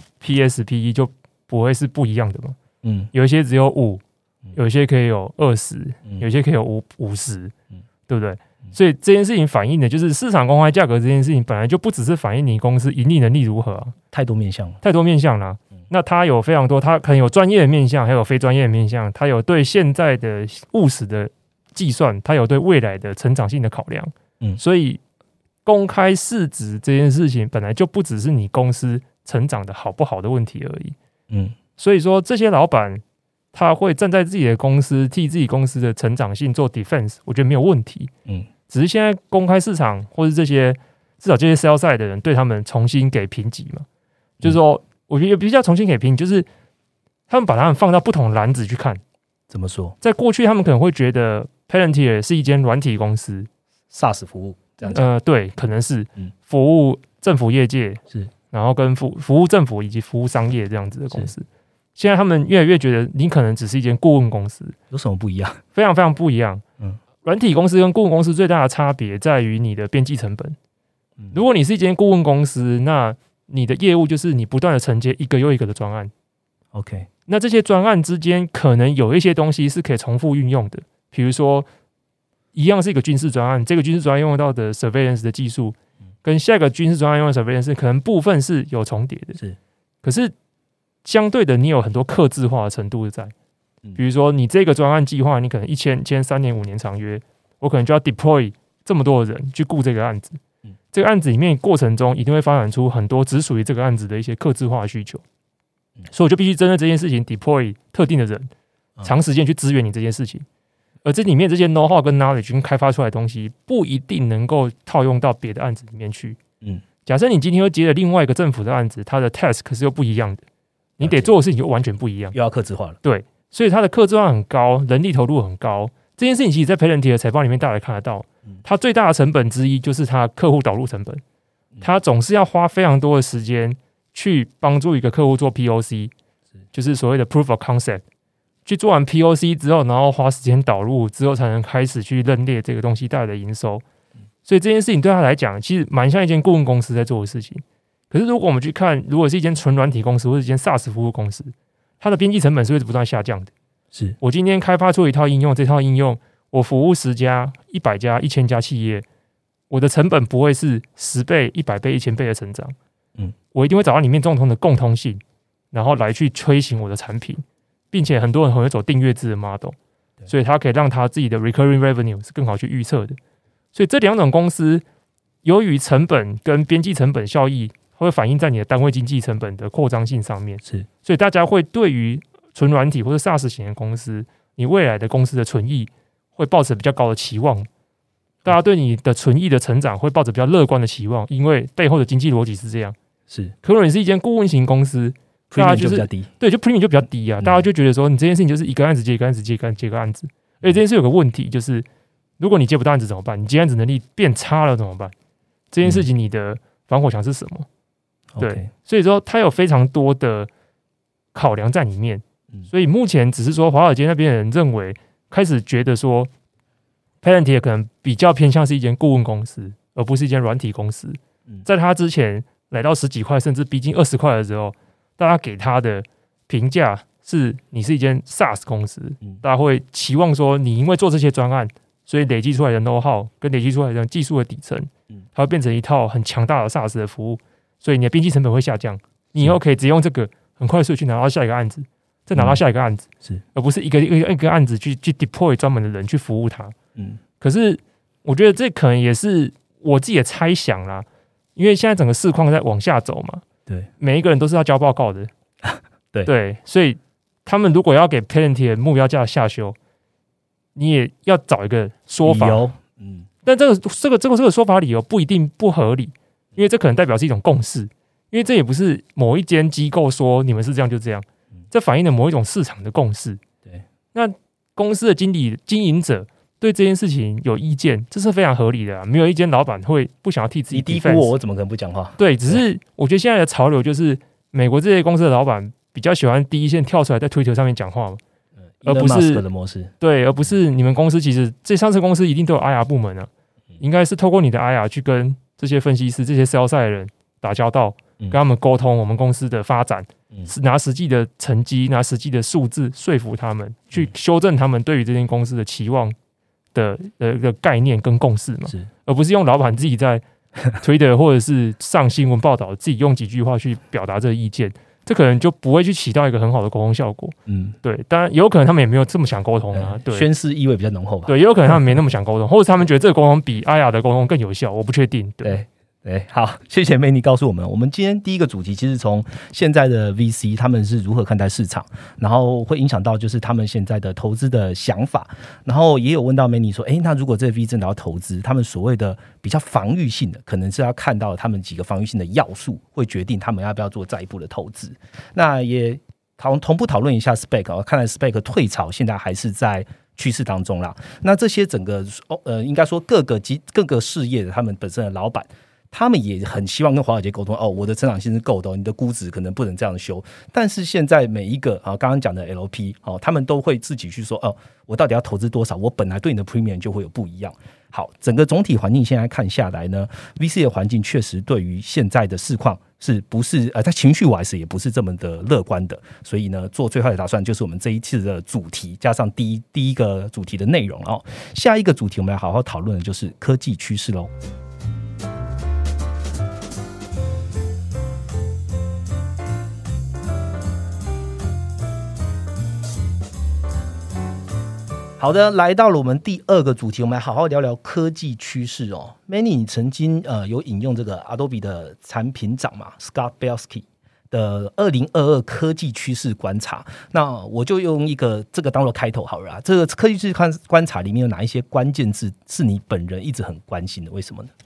B: PS、PE 就不会是不一样的嘛。有一些只有5，有一些可以有20，有一些可以有50，对不对？所以这件事情反映的就是市场公开价格这件事情本来就不只是反映你公司盈利能力如何啊，
A: 太多面向了，
B: 太多面向了。那它有非常多，它可能有专业的面向，还有非专业的面向，它有对现在的务实的计算，它有对未来的成长性的考量。所以公开市值这件事情本来就不只是你公司成长的好不好的问题而已。所以说这些老板他会站在自己的公司替自己公司的成长性做 defense， 我觉得没有问题。只是现在公开市场或是这些至少这些 sell side 的人对他们重新给评级嘛，就是说我觉得比较重新给评，就是他们把他们放到不同篮子去看。
A: 怎么说？
B: 在过去他们可能会觉得 Palantir 是一间软体公司
A: ，SaaS 服务这样子。
B: 对，可能是服务政府业界，
A: 是，
B: 然后跟服务政府以及服务商业这样子的公司。现在他们越来越觉得你可能只是一间顾问公司。
A: 有什么不一样？
B: 非常非常不一样。软体公司跟顾问公司最大的差别在于你的边际成本。如果你是一间顾问公司，那你的业务就是你不断的承接一个又一个的专案。
A: OK，
B: 那这些专案之间可能有一些东西是可以重复运用的，比如说一样是一个军事专案，这个军事专案用到的 surveillance 的技术，跟下一个军事专案用的 surveillance 可能部分是有重叠的。
A: 是，
B: 可是相对的，你有很多客制化的程度在。比如说，你这个专案计划，你可能签3年5年长约，我可能就要 deploy 这么多的人去顾这个案子。这个案子里面过程中一定会发展出很多只属于这个案子的一些客制化的需求，所以我就必须针对这件事情 deploy 特定的人，长时间去支援你这件事情。而这里面这些 know how 跟 knowledge 跟开发出来的东西，不一定能够套用到别的案子里面去。假设你今天又接了另外一个政府的案子，它的 task 可是又不一样的，你得做的事情就完全不一样，
A: 又要客制化了。
B: 对。所以它的客制化很高，人力投入很高。这件事情其实在 Palantir 的财报里面大家也看得到，它最大的成本之一就是它客户导入成本。它总是要花非常多的时间去帮助一个客户做 POC， 就是所谓的 Proof of Concept。去做完 POC 之后，然后花时间导入之后，才能开始去认列这个东西带来的营收。所以这件事情对他来讲，其实蛮像一间顾问公司在做的事情。可是如果我们去看，如果是一间纯软体公司或者一间 SaaS 服务公司，它的边际成本是会不断下降的。
A: 是
B: 我今天开发出一套应用，这套应用我服务10家、100家、1000家企业，我的成本不会是10倍、100倍、1000倍的成长。我一定会找到里面共同的共通性，然后来去推行我的产品，并且很多人很会走订阅制的 model， 所以它可以让他自己的 recurring revenue 是更好去预测的。所以这两种公司由于成本跟边际成本效益会反映在你的单位经济成本的扩张性上面，
A: 是，
B: 所以大家会对于纯软体或者 SaaS 型的公司，你未来的公司的存益会抱持比较高的期望。大家对你的存益的成长会抱着比较乐观的期望，因为背后的经济逻辑是这样。
A: 是，
B: 可如果你是一间顾问型公司，大家
A: 就比较低，
B: 对，就 premium 就比较低啊。大家就觉得说，你这件事情就是一个案子接一个案子接一个案子，而且这件事有个问题，就是如果你接不到案子怎么办？你接案子能力变差了怎么办？这件事情你的防火墙是什么？对，所以说它有非常多的考量在里面。所以目前只是说华尔街那边的人认为，开始觉得说 Palantir 可能比较偏向是一间顾问公司，而不是一间软体公司。在他之前来到10几块甚至逼近20块的时候，大家给他的评价是你是一间 SaaS 公司，大家会期望说你因为做这些专案，所以累积出来的 know how 跟累积出来的技术的底层，它会变成一套很强大的 SaaS 的服务，所以你的边际成本会下降，你以后可以直接用这个很快速去拿到下一个案子，再拿到下一个案子，而不是一个案子去 deploy 专门的人去服务它。可是我觉得这可能也是我自己的猜想啦，因为现在整个市况在往下走嘛，
A: 对，
B: 每一个人都是要交报告的，
A: 对，
B: 所以他们如果要给 Palantir 目标价下修，你也要找一个说法，但这个说法理由不一定不合理，因为这可能代表是一种共识。 因为这也不是某一间机构说你们是这样就这样，这反映了某一种市场的共识。
A: 对，
B: 那公司的经营者对这件事情有意见，这是非常合理的啊。没有一间老板会不想要替自己
A: 你低估我怎么可能不讲话？
B: 对，只是我觉得现在的潮流就是美国这些公司的老板比较喜欢第一线跳出来在 Twitter 上面讲话嘛，而不是
A: 的模式。
B: 对，而不是你们公司其实这上市公司一定都有 IR 部门啊，应该是透过你的 IR 去跟这些分析师、这些 sales 的人打交道，跟他们沟通我们公司的发展，拿实际的成绩、拿实际的数字说服他们，去修正他们对于这间公司的期望的概念跟共识嘛，而不是用老板自己在Twitter 或者是上新闻报道自己用几句话去表达这个意见，这可能就不会去起到一个很好的沟通效果。对，当然也有可能他们也没有这么想沟通啊，对，
A: 宣示意味比较浓厚吧。
B: 对，也有可能他们没那么想沟通，或者他们觉得这个沟通比阿雅的沟通更有效，我不确定。对。
A: 好，谢谢Manny告诉我们。我们今天第一个主题其实从现在的 VC 他们是如何看待市场，然后会影响到就是他们现在的投资的想法，然后也有问到Manny说，那如果这个 VC 真的要投资，他们所谓的比较防御性的，可能是要看到他们几个防御性的要素，会决定他们要不要做再一步的投资。那也同步讨论一下 SPAC， 看来 SPAC 退潮现在还是在趋势当中啦。那这些整个应该说各个事业的他们本身的老板，他们也很希望跟华尔街沟通，我的成长性是够的，你的估值可能不能这样修。但是现在每一个刚刚讲的 LP，他们都会自己去说，我到底要投资多少，我本来对你的 premium 就会有不一样。好，整个总体环境现在看下来呢 ，VC 的环境确实对于现在的市况是不是在情绪外也不是这么的乐观的。所以呢，做最坏的打算就是我们这一次的主题加上第一个主题的内容下一个主题我们要好好讨论的就是科技趋势咯。好的，来到了我们第二个主题，我们来好好聊聊科技趋势Manny， 你曾经有引用这个 Adobe 的产品长嘛 Scott Belsky 的2022科技趋势观察，那我就用这个当做开头好了。这个科技趋势观察里面有哪一些关键字是你本人一直很关心的？为什么呢？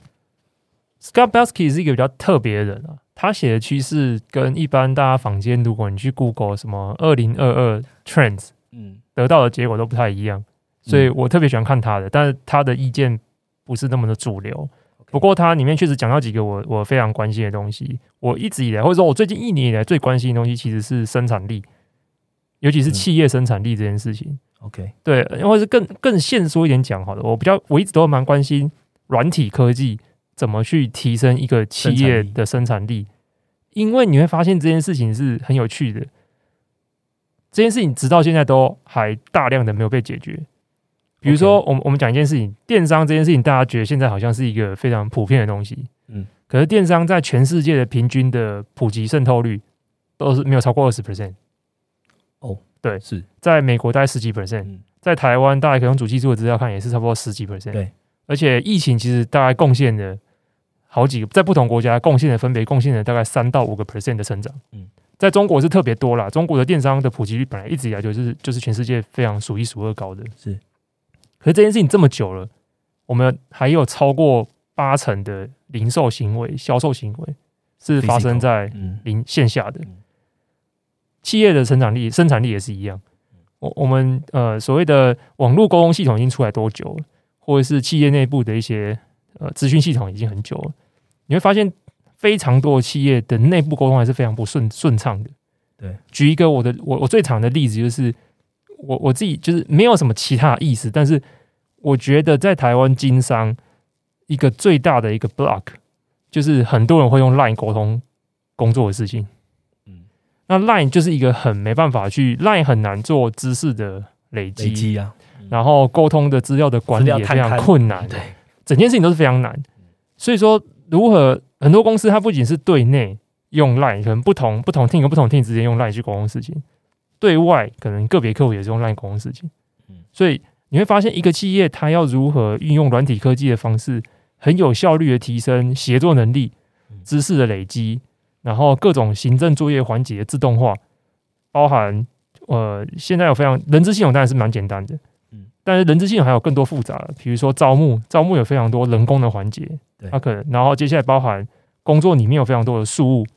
B: Scott Belsky 是一个比较特别的人他写的趋势跟一般大家坊间，如果你去 Google 什么2022 Trends，得到的结果都不太一样，所以我特别喜欢看他的，但是他的意见不是那么的主流。不过他里面确实讲到几个我非常关心的东西。我一直以来，或者说我最近1年以来最关心的东西，其实是生产力，尤其是企业生产力这件事情。对，或者是更现说一点讲好了，我一直都蛮关心软体科技怎么去提升一个企业的生产力，因为你会发现这件事情是很有趣的。这件事情直到现在都还大量的没有被解决。比如说我们讲一件事情，电商这件事情，大家觉得现在好像是一个非常普遍的东西，可是电商在全世界的平均的普及渗透率都是没有超过 20%。对，是在美国大概10几%，在台湾大概可以用主计处的资料看也是差不多10几%。对，而且疫情其实大概贡献了好几个，在不同国家分别贡献了大概3到5% 的成长。在中国是特别多啦，中国的电商的普及率本来一直以来就是全世界非常数一数二高的。是，可是这件事情这么久了，我们还有超过80%的零售行为、销售行为是发生在线下的。企业的生产力也是一样。我们所谓的网络沟通系统已经出来多久了，或者是企业内部的一些资讯系统已经很久了，你会发现非常多的企业的内部沟通还是非常不顺畅的。对，举一个我最常的例子，就是我自己就是没有什么其他的意思，但是我觉得在台湾经商一个最大的一个 block 就是很多人会用 LINE 沟通工作的事情。那 LINE 就是一个很没办法去 LINE 很难做知识的累积然后沟通的资料的管理也非常困难，对，整件事情都是非常难。所以说如何很多公司它不仅是对内用 LINE， 可能不同 team 跟不同 team 之间用 LINE 去沟通事情，对外可能个别客户也是用 LINE 沟通事情。所以你会发现一个企业它要如何运用软体科技的方式很有效率的提升协作能力、知识的累积，然后各种行政作业环节的自动化，包含现在有非常人资系统当然是蛮简单的，但是人资系统还有更多复杂的，比如说招募有非常多人工的环节，它可能然后接下来包含工作里面有非常多的事务，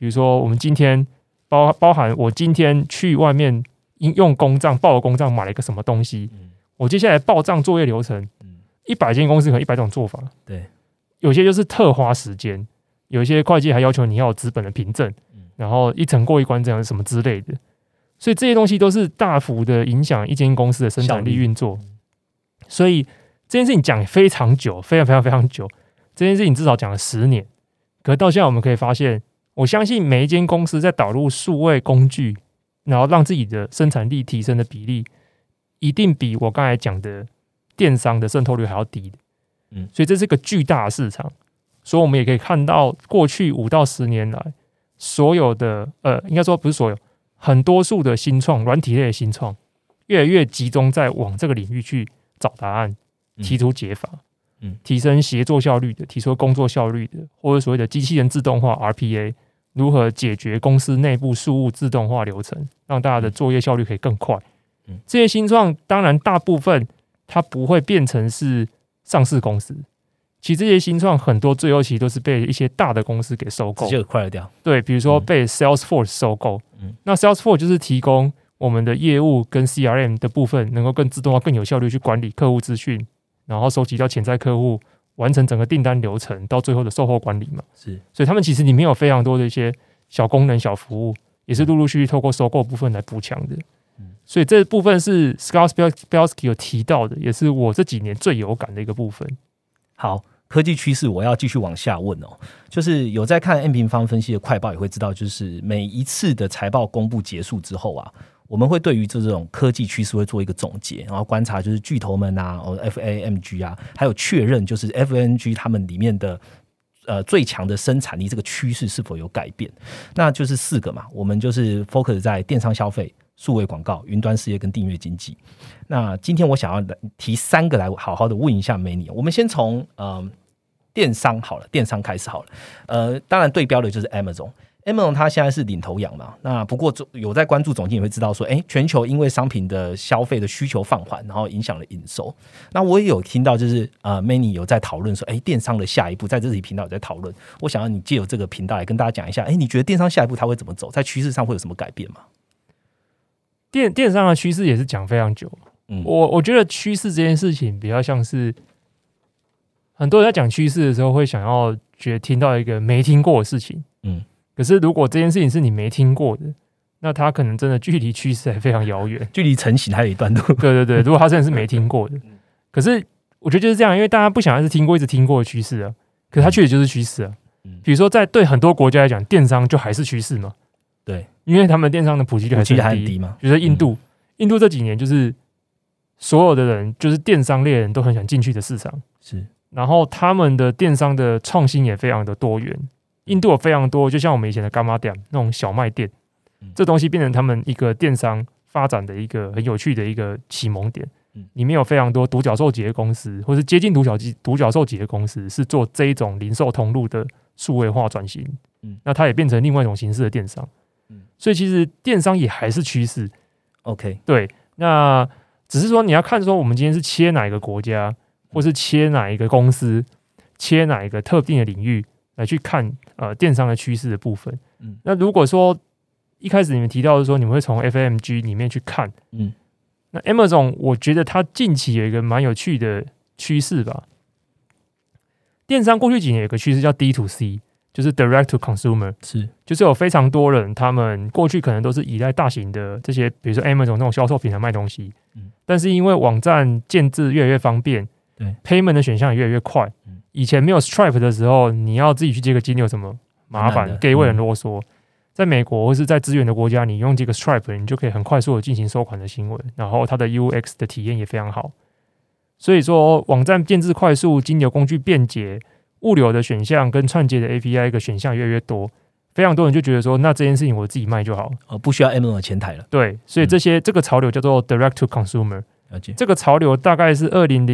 B: 比如说我们今天包含我今天去外面用公账报了公账买了一个什么东西，我接下来报账作业流程，100间公司可能100种做法，
A: 对，
B: 有些就是特花时间，有一些会计还要求你要有资本的凭证，然后一层过一关这样什么之类的，所以这些东西都是大幅的影响一间公司的生产力运作。所以这件事情讲非常久，非常非常非常久。这件事情至少讲了10年，可是到现在我们可以发现，我相信每一间公司在导入数位工具，然后让自己的生产力提升的比例，一定比我刚才讲的电商的渗透率还要低的。所以这是个巨大的市场。所以我们也可以看到，过去5到10年来，所有的应该说不是所有，很多数的新创软体类的新创，越来越集中在往这个领域去找答案，提出解法，提升协作效率的，提出工作效率的，或者所谓的机器人自动化 RPA， 如何解决公司内部事务自动化流程，让大家的作业效率可以更快。这些新创当然大部分它不会变成是上市公司，其实这些新创很多最后其实都是被一些大的公司给收购，
A: 直接快掉。
B: 对，比如说被 Salesforce 收购，那 Salesforce 就是提供我们的业务跟 CRM 的部分能够更自动化、更有效率去管理客户资讯，然后收集到潜在客户，完成整个订单流程到最后的售后管理嘛。是，所以他们其实里面有非常多的一些小功能、小服务，也是陆陆续续透过收购部分来补强的。所以这部分是 Scott Belsky 有提到的，也是我这几年最有感的一个部分。
A: 好，科技趋势我要继续往下问哦，就是有在看 M 平方分析的快报也会知道，就是每一次的财报公布结束之后啊，我们会对于这种科技趋势会做一个总结，然后观察就是巨头们啊，FAMG 啊，还有确认就是 FAMG 他们里面的最强的生产力这个趋势是否有改变。那就是4个嘛，我们就是 focus 在电商消费、数位广告、云端事业跟订阅经济。那今天我想要提3个来好好的问一下美女。我们先从电商好了，电商开始好了。当然对标的就是 Amazon 它现在是领头羊嘛。那不过有在关注总经也会知道说，全球因为商品的消费的需求放缓，然后影响了营收。那我也有听到就是Manny 有在讨论说，电商的下一步，在这里频道有在讨论。我想要你借由这个频道来跟大家讲一下，你觉得电商下一步它会怎么走，在趋势上会有什么改变吗？
B: 电商的趋势也是讲非常久。我觉得趋势这件事情比较像是很多人在讲趋势的时候会想要觉得听到一个没听过的事情，可是如果这件事情是你没听过的，那它可能真的距离趋势还非常遥远，距
A: 离成型还有一段路。
B: 对对对，如果它真的是没听过的，可是我觉得就是这样，因为大家不想要是听过一直听过的趋势啊，可是它确实就是趋势啊。比如说在对很多国家来讲，电商就还是趋势嘛，
A: 对，
B: 因为他们电商的普及率还是很低嘛。比如说印度这几年就是所有的人就是电商猎人都很想进去的市场，是，然后他们的电商的创新也非常的多元。印度有非常多，就像我们以前的干妈店那种小卖店，这东西变成他们一个电商发展的一个很有趣的一个启蒙点。里面有非常多独角兽级的公司，或是接近独角兽级的公司，是做这一种零售通路的数位化转型。那它也变成另外一种形式的电商。所以其实电商也还是趋势。
A: OK，
B: 对，那只是说你要看说我们今天是切哪一个国家，或是切哪一个公司，切哪一个特定的领域来去看电商的趋势的部分。那如果说一开始你们提到的说你们会从 FAMG 里面去看，那 Amazon 我觉得它近期有一个蛮有趣的趋势吧。电商过去几年有个趋势叫 D2C， 就是 Direct to Consumer， 就是有非常多人他们过去可能都是依赖大型的这些比如说 Amazon 这种销售平台卖东西，但是因为网站建置越来越方便，对 Payment 的选项也越来越快，以前没有 Stripe 的时候，你要自己去接个金有什么麻烦，给我很啰嗦。在美国或是在资源的国家，你用这个 Stripe， 你就可以很快速的进行收款的行为，然后它的 UX 的体验也非常好。所以说，网站建置快速，金流工具便捷，物流的选项跟串接的 API 的选项越来越多，非常多人就觉得说，那这件事情我自己卖就好，
A: 不需要 Amazon 的前台了。
B: 对，所以这个潮流叫做 Direct to Consumer。这个潮流大概是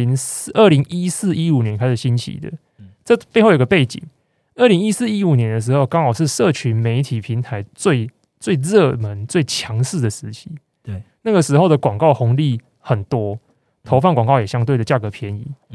B: 2014-15年开始兴起的。这背后有个背景，2014-15年的时候，刚好是社群媒体平台最热门、最强势的时期。对，那个时候的广告红利很多，投放广告也相对的价格便宜。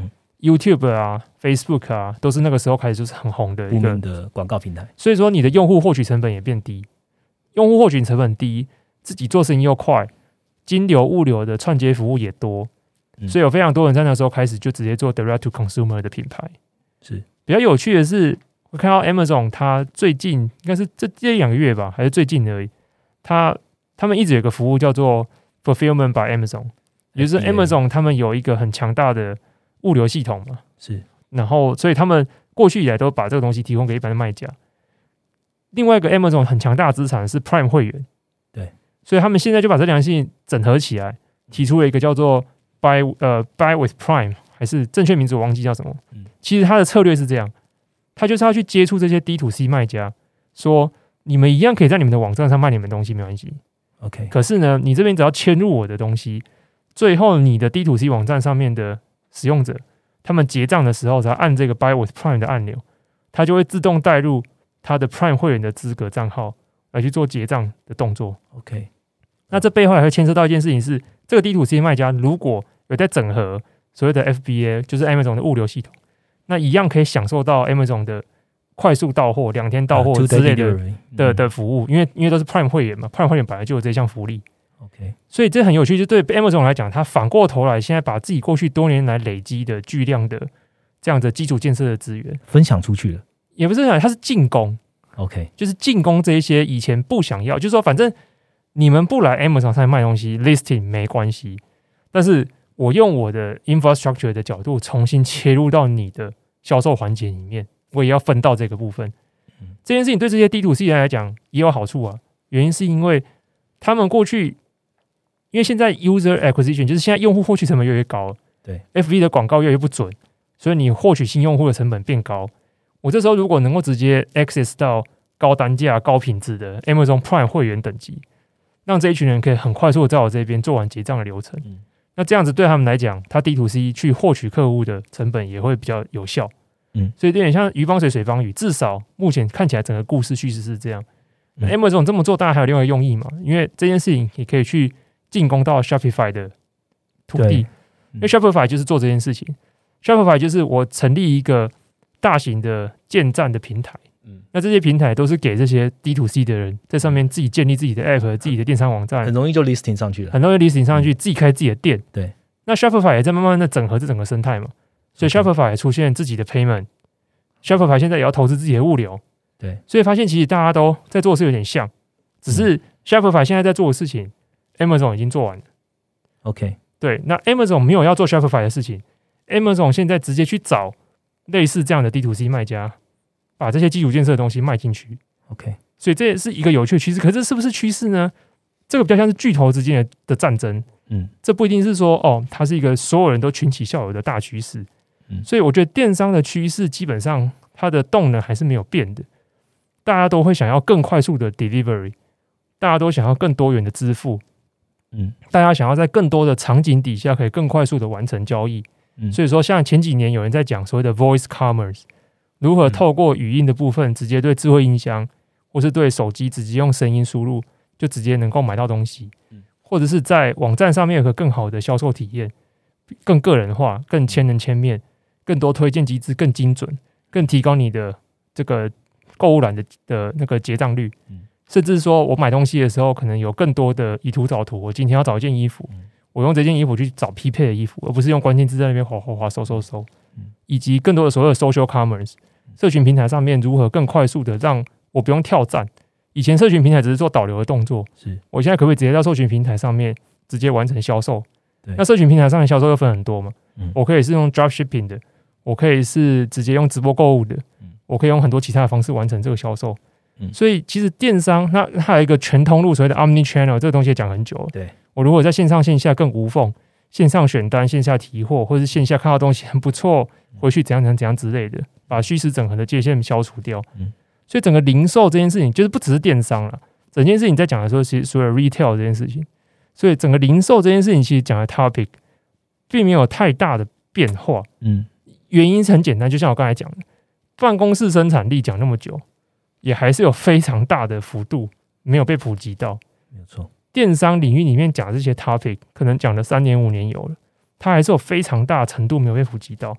B: YouTube 啊、Facebook 啊，都是那个时候开始就是很红的一个
A: 的广告平台。
B: 所以说你的用户获取成本也变低，用户获取成本低，自己做生意又快，金流、物流的串接服务也多，所以有非常多人在那时候开始就直接做 Direct to Consumer 的品牌。
A: 是
B: 比较有趣的是，我看到 Amazon 它最近应该是这2个月吧，还是最近而已，他们一直有个服务叫做 Fulfillment by Amazon， 也就是 Amazon 他们有一个很强大的物流系统嘛，
A: 是，
B: 然后所以他们过去以来都把这个东西提供给一般的卖家。另外一个 Amazon 很强大的资产是 Prime 会员，
A: 对，
B: 所以他们现在就把这两性整合起来，提出了一个叫做 Buy with Prime， 还是正确名字我忘记叫什么。其实他的策略是这样，他就是要去接触这些 D2C 卖家，说你们一样可以在你们的网站上卖你们的东西，没关系。
A: OK，
B: 可是呢，你这边只要嵌入我的东西，最后你的 D2C 网站上面的使用者，他们结账的时候只要按这个 Buy with Prime 的按钮，它就会自动带入他的 Prime 会员的资格账号来去做结账的动作。
A: OK，
B: 那这背后还会牵涉到一件事情是，这个 D2C 卖家如果有在整合所谓的 FBA， 就是 Amazon 的物流系统，那一样可以享受到 Amazon 的快速到货、2天到货之类的服务，因为都是 Prime 会员嘛 ，Prime 会员本来就有这项福利。
A: OK，
B: 所以这很有趣，就对 Amazon 来讲，它反过头来，现在把自己过去多年来累积的巨量的这样的基础建设的资源
A: 分享出去了，
B: 也不是讲它是进攻
A: ，OK，
B: 就是进攻这一些以前不想要，就是说反正你们不来 Amazon 上面卖东西 ，listing 没关系，但是我用我的 infrastructure 的角度重新切入到你的销售环节里面，我也要分到这个部分。这件事情对这些 D2C 人来讲也有好处啊，原因是因为他们过去，因为现在 user acquisition 就是现在用户获取成本越来越高，
A: 对
B: ，FB 的广告越来越不准，所以你获取新用户的成本变高。我这时候如果能够直接 access 到高单价、高品质的 Amazon Prime 会员等级，让这一群人可以很快速的在我这边做完结账的流程，那这样子对他们来讲，他 D2C 去获取客户的成本也会比较有效。所以有点像鱼帮水，水帮鱼，至少目前看起来整个故事叙事是这样。Amazon 这么做当然还有另外一个用意嘛，因为这件事情也可以去进攻到 Shopify 的土地，因为 Shopify 就是做这件事情。Shopify 就是我成立一个大型的建站的平台，那这些平台都是给这些 D2C 的人在上面自己建立自己的 App、自己的电商网站，
A: 很容易就 listing 上去了，
B: 很容易 listing 上去，自己开自己的店。
A: 对，
B: 那 Shopify 也在慢慢的整合这整个生态嘛，所以 Shopify 也出现自己的 payment。Shopify 现在也要投资自己的物流，
A: 对，
B: 所以发现其实大家都在做的事有点像，只是 Shopify 现在在做的事情，Amazon 已经做完了。
A: OK，
B: 对，那 Amazon 没有要做 Shopify 的事情 ，Amazon 现在直接去找类似这样的 D2C 卖家，把这些基础建设的东西卖进去。
A: OK，
B: 所以这也是一个有趣的趋势。可是这是不是趋势呢？这个比较像是巨头之间的战争。这不一定是说它是一个所有人都群起效尤的大趋势。所以我觉得电商的趋势基本上它的动能还是没有变的，大家都会想要更快速的 delivery， 大家都想要更多元的支付，大家想要在更多的场景底下可以更快速的完成交易。所以说像前几年有人在讲所谓的 voice commerce， 如何透过语音的部分直接对智慧音箱或是对手机直接用声音输入就直接能够买到东西，或者是在网站上面有个更好的销售体验，更个人化，更千人千面，更多推荐机制，更精准，更提高你的这个购物篮的那个结账率，甚至说我买东西的时候可能有更多的以图找图，我今天要找一件衣服，我用这件衣服去找匹配的衣服，而不是用关键字在那边滑滑滑搜，以及更多的所谓的 social commerce， 社群平台上面如何更快速的让我不用跳站，以前社群平台只是做导流的动作，我现在可不可以直接到社群平台上面直接完成销售？那社群平台上的销售又分很多嘛，我可以是用 dropshipping 的，我可以是直接用直播购物的，我可以用很多其他的方式完成这个销售。所以其实电商那它有一个全通路，所谓的 omni-channel 这个东西也讲很久了。
A: 对，
B: 我如果在线上线下更无缝，线上选单，线下提货，或者是线下看到东西很不错，回去怎样之类的，把虚实整合的界限消除掉。所以整个零售这件事情就是不只是电商啦，整件事情在讲的时候其实所有 retail 这件事情，所以整个零售这件事情其实讲的 topic 并没有太大的变化。原因是很简单，就像我刚才讲的，办公室生产力讲那么久，也还是有非常大的幅度没有被普及到。
A: 没有错，
B: 电商领域里面讲这些 topic 可能讲了3年5年有了，它还是有非常大程度没有被普及到。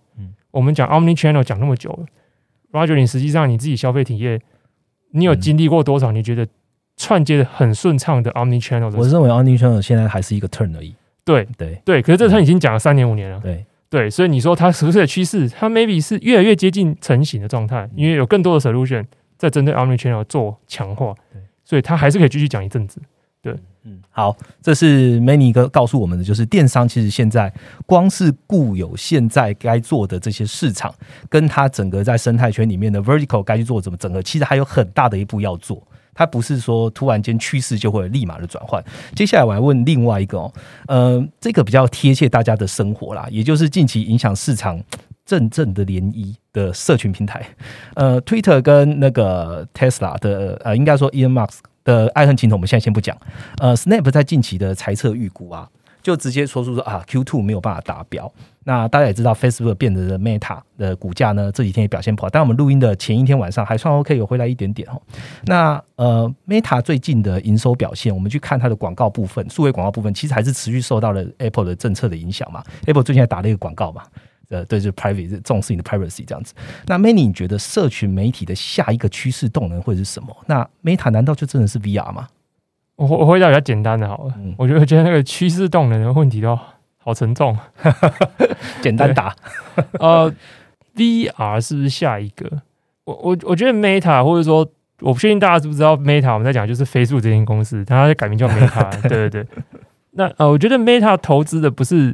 B: 我们讲 omni-channel 讲那么久了 ，Roger， 你实际上你自己消费体验，你有经历过多少？你觉得串接的很顺畅的 omni-channel？
A: 我认为 omni-channel 现在还是一个 turn 而已。对，可是这turn 已经讲了3年5年了。对，所以你说它是不是的趋势？它 maybe 是越来越接近成型的状态，因为有更多的 solution 在针对 omni-channel 做强化，所以它还是可以继续讲一阵子。对， 好，这是 Manny 告诉我们的，就是电商其实现在光是固有现在该做的这些市场，跟它整个在生态圈里面的 vertical 该去做怎么整个，其实还有很大的一步要做。它不是说突然间趋势就会立马的转换。接下来我来问另外一个这个比较贴切大家的生活啦，也就是近期影响市场阵阵的涟漪的社群平台，Twitter 跟那个 Tesla 的应该说 Elon Musk 的爱恨情仇，我们现在先不讲。Snap 在近期的财测预估啊，就直接说出Q2 没有办法达标。那大家也知道 Facebook 变得 Meta 的股价呢，这几天也表现不好，但我们录音的前一天晚上还算 OK， 有回来一点点。那Meta 最近的营收表现，我们去看它的广告部分，数位广告部分，其实还是持续受到了 Apple 的政策的影响嘛。Apple 最近还打了一个广告嘛，对，就是 private 重视你的 privacy 这样子。那 Manny 你觉得社群媒体的下一个趋势动能会是什么？那 Meta 难道就真的是 VR 吗？
B: 我回答比较简单的好了，我觉得那个趋势动能的问题都好沉重，
A: 简单答。
B: VR 是不是下一个？我觉得 Meta 或者说我不确定大家知不知道 Meta， 我们在讲就是 Facebook 这间公司，它改名叫 Meta 对。那我觉得 Meta 投资的不是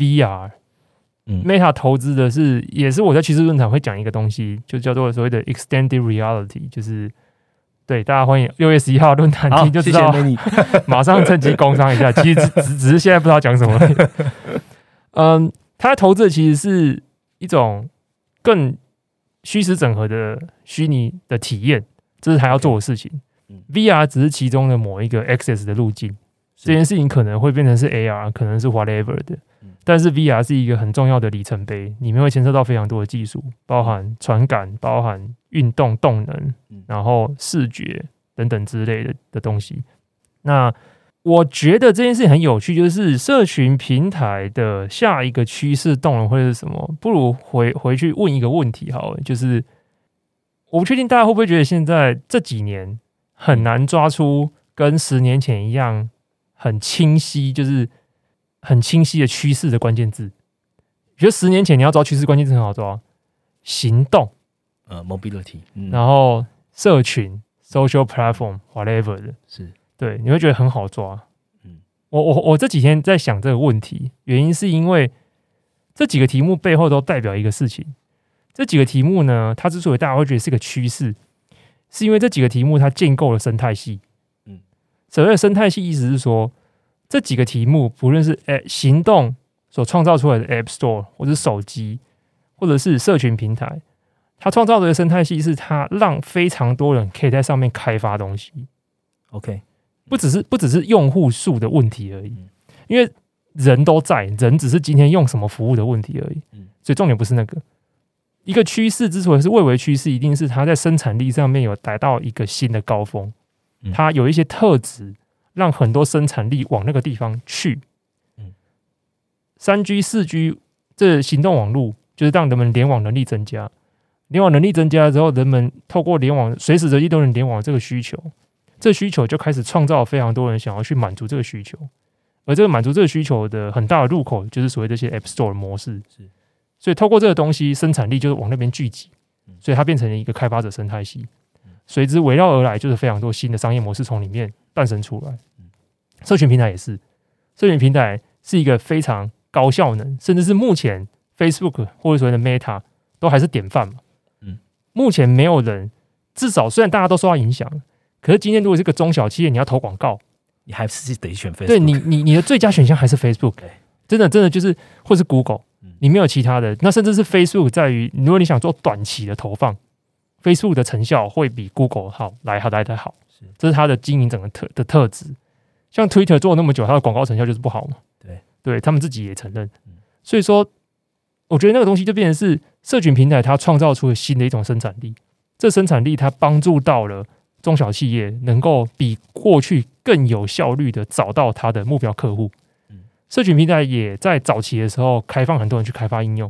B: VR。Meta 投资的也是我在趋势论坛会讲一个东西，就叫做所谓的 Extended Reality， 就是对大家欢迎6月11號论坛听就知道，
A: 谢谢
B: 马上趁机工商一下。其实只是现在不知道讲什么。他投资的其实是一种更虚实整合的虚拟的体验，这是他要做的事情。VR 只是其中的某一个 access 的路径，这件事情可能会变成是 AR， 可能是 whatever 的。但是 VR 是一个很重要的里程碑，里面会牵涉到非常多的技术，包含传感、包含运动动能，然后视觉等等之类的东西。那我觉得这件事情很有趣，就是社群平台的下一个趋势动能会是什么？不如回去问一个问题好了，就是我不确定大家会不会觉得现在这几年很难抓出跟10年前一样很清晰，就是很清晰的趋势的关键字。觉得10年前你要抓趋势关键字很好抓，行动
A: ，mobility，
B: 然后社群 social platform whatever 的，
A: 是
B: 对，你会觉得很好抓。我这几天在想这个问题，原因是因为这几个题目背后都代表一个事情。这几个题目呢，它之所以大家会觉得是个趋势，是因为这几个题目它建构了生态系。所谓的生态系，意思是说，这几个题目不论是行动所创造出来的 App Store， 或者手机，或者是社群平台，它创造的生态系是它让非常多人可以在上面开发东西。
A: OK，
B: 不只是用户数的问题而已，因为人都在，人只是今天用什么服务的问题而已。所以重点不是那个。一个趋势之所以是蔚为趋势，一定是它在生产力上面有达到一个新的高峰，它有一些特质让很多生产力往那个地方去。3G、4G 这行动网络就是让人们联网能力增加，联网能力增加之后，人们透过联网随时随地都能联网这个需求，这需求就开始创造非常多人想要去满足这个需求，而这个满足这个需求的很大的入口就是所谓这些 App Store 模式。所以透过这个东西，生产力就是往那边聚集，所以它变成了一个开发者生态系，随之围绕而来就是非常多新的商业模式从里面诞生出来。社群平台也是，社群平台是一个非常高效能，甚至是目前 Facebook 或者所谓的 Meta 都还是典范嘛。目前没有人，至少虽然大家都受到影响，可是今天如果是个中小企业，你要投广告，
A: 你还是得选 Facebook。
B: 对你的最佳选项还是 Facebook， 真的就是，或是 Google。你没有其他的，那甚至是 Facebook 在于，如果你想做短期的投放 ，Facebook 的成效会比 Google 来得好，这是它的经营整个的特质。像 Twitter 做了那么久，它的广告成效就是不好嘛？对，他们自己也承认。所以说，我觉得那个东西就变成是社群平台它创造出了新的一种生产力，这生产力它帮助到了中小企业能够比过去更有效率的找到它的目标客户。社群平台也在早期的时候开放很多人去开发应用，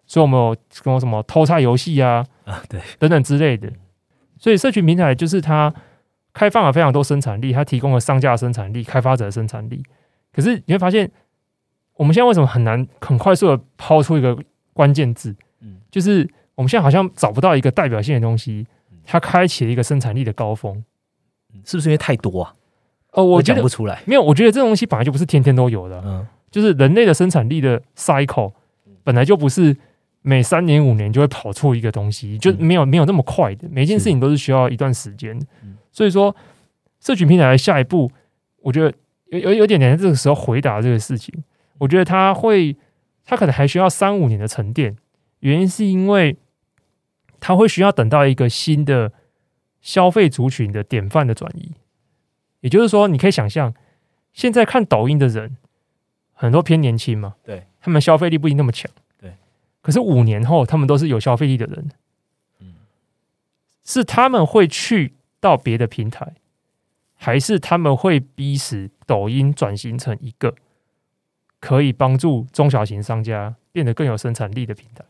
B: 所以我们有什么偷菜游戏啊，
A: 对，
B: 等等之类的。所以社群平台就是它开放了非常多生产力，它提供了商家的生产力、开发者的生产力。可是你会发现，我们现在为什么很难很快速的抛出一个关键字？就是我们现在好像找不到一个代表性的东西，它开启了一个生产力的高峰，
A: 是不是因为太多啊？
B: 我觉得
A: 讲不出来。
B: 没有，我觉得这东西本来就不是天天都有的。就是人类的生产力的 cycle 本来就不是每3年5年就会跑出一个东西，就没有那么快的，每一件事情都是需要一段时间。所以说，社群平台的下一步，我觉得有点难在这个时候回答这个事情。我觉得它可能还需要3、5年的沉淀，原因是因为它会需要等到一个新的消费族群的典范的转移。也就是说，你可以想象，现在看抖音的人很多偏年轻嘛，
A: 对，
B: 他们消费力不一定那么强，
A: 对。
B: 可是5年后，他们都是有消费力的人，是他们会去到别的平台，还是他们会逼使抖音转型成一个可以帮助中小型商家变得更有生产力的平台？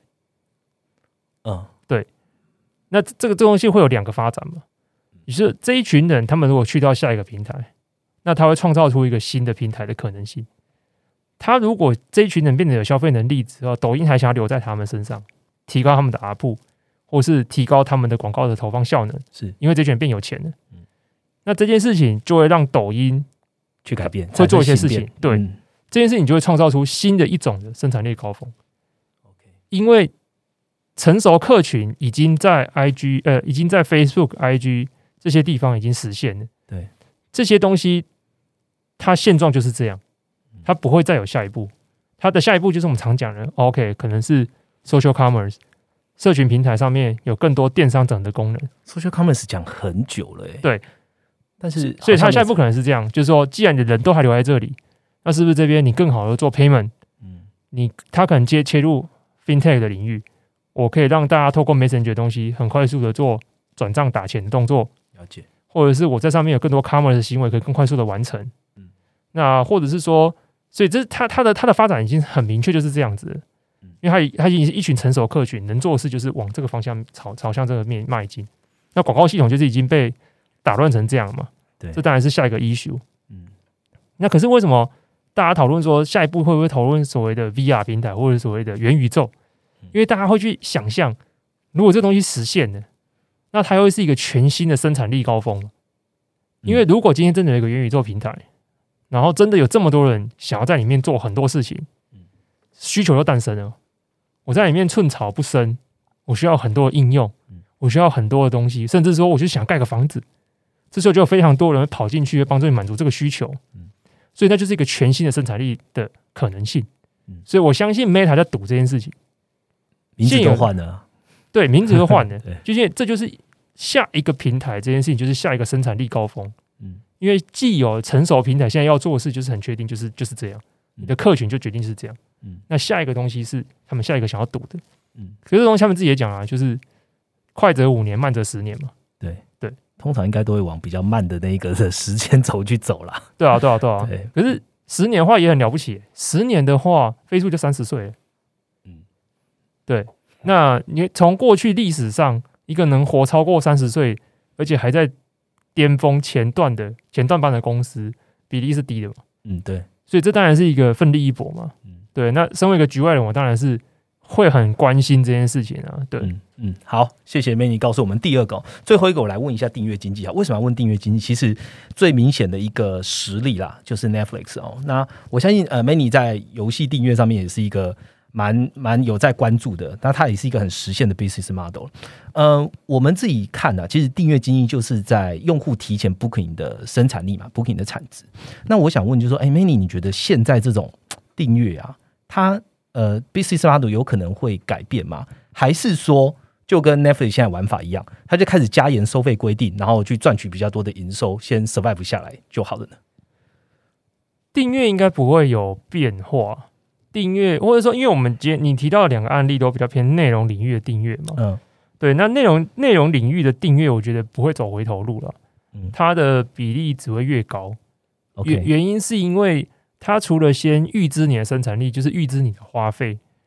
B: 对。那这东西会有2个发展嘛？就是这一群人，他们如果去到下一个平台，那他会创造出一个新的平台的可能性。他如果这一群人变得有消费能力之后，抖音还想要留在他们身上，提高他们的 ARPU， 或是提高他们的广告的投放效能，
A: 是
B: 因为这群人变有钱了。那这件事情就会让抖音
A: 去改变，
B: 会做一些事情。对，这件事情就会创造出新的一种的生产力高峰。因为成熟客群已经在 已经在 Facebook、IG 这些地方已经实现了。
A: 对，
B: 这些东西它现状就是这样，它不会再有下一步。它的下一步就是我们常讲的 ，OK， 可能是 social commerce， 社群平台上面有更多电商整的功能。
A: social commerce 讲很久了，
B: 对，
A: 但是
B: 所以它下一步可能是这样，就是说，既然你的人都还留在这里，那是不是这边你更好的做 payment？它可能切入 fintech 的领域，我可以让大家透过 Messenger 的东西很快速的做转账打钱的动作。
A: 了解，
B: 或者是我在上面有更多 commerce 的行为可以更快速的完成。那或者是说，所以这它的发展已经很明确，就是这样子了。因为它已经是一群成熟客群，能做的事就是往这个方向朝向这个面迈进。那广告系统就是已经被打乱成这样嘛？
A: 对，
B: 这当然是下一个 issue。那可是为什么大家讨论说下一步会不会讨论所谓的 VR 平台或者所谓的元宇宙？因为大家会去想象，如果这东西实现了，那它会是一个全新的生产力高峰。因为如果今天真的有一个元宇宙平台，然后真的有这么多人想要在里面做很多事情，需求就诞生了。我在里面寸草不生，我需要很多的应用，我需要很多的东西，甚至说我就想盖个房子，这时候就有非常多人会跑进去帮助你满足这个需求。所以那就是一个全新的生产力的可能性。所以我相信 Meta 在赌这件事情，
A: 名字都换了，
B: 对，名字都换了，就是这就是下一个平台这件事情，就是下一个生产力高峰。因为既有成熟平台现在要做的事就是很确定，就是这样，你的客群就决定是这样。那下一个东西是他们下一个想要赌的。可是这东西他们自己也讲了，就是快则5年，慢则10年嘛。对，
A: 通常应该都会往比较慢的那一个的时间轴去走啦。
B: 对啊。可是10年的话也很了不起，10年的话，Facebook就30岁了。对。那你从过去历史上一个能活超过30岁，而且还在巅峰前段班的公司，比例是低的嘛？
A: 对。
B: 所以这当然是一个奋力一搏嘛。对。那身为一个局外人，我当然是会很关心这件事情啊。对。
A: 好，谢谢 Manny 告诉我们第二个，最后一个我来问一下订阅经济啊。为什么要问订阅经济？其实最明显的一个实例啦，就是 Netflix 哦。那我相信Manny 在游戏订阅上面也是一个蛮有在关注的，那它也是一个很实现的 business model。我们自己看啊，其实订阅经济就是在用户提前 booking 的生产力嘛 ，booking 的产值。那我想问就是说，Manny 你觉得现在这种订阅啊，它business model 有可能会改变吗？还是说就跟 Netflix 现在玩法一样，它就开始加严收费规定，然后去赚取比较多的营收，先 survive 下来就好了呢？
B: 订阅应该不会有变化。订阅或者说，因为我们你提到的2个案例都比较偏内容领域的订阅嘛，对，那内容领域的订阅，我觉得不会走回头路了，它的比例只会越高。原因是因为它除了先预支你的生产力，就是预支你的花费，
A: 对，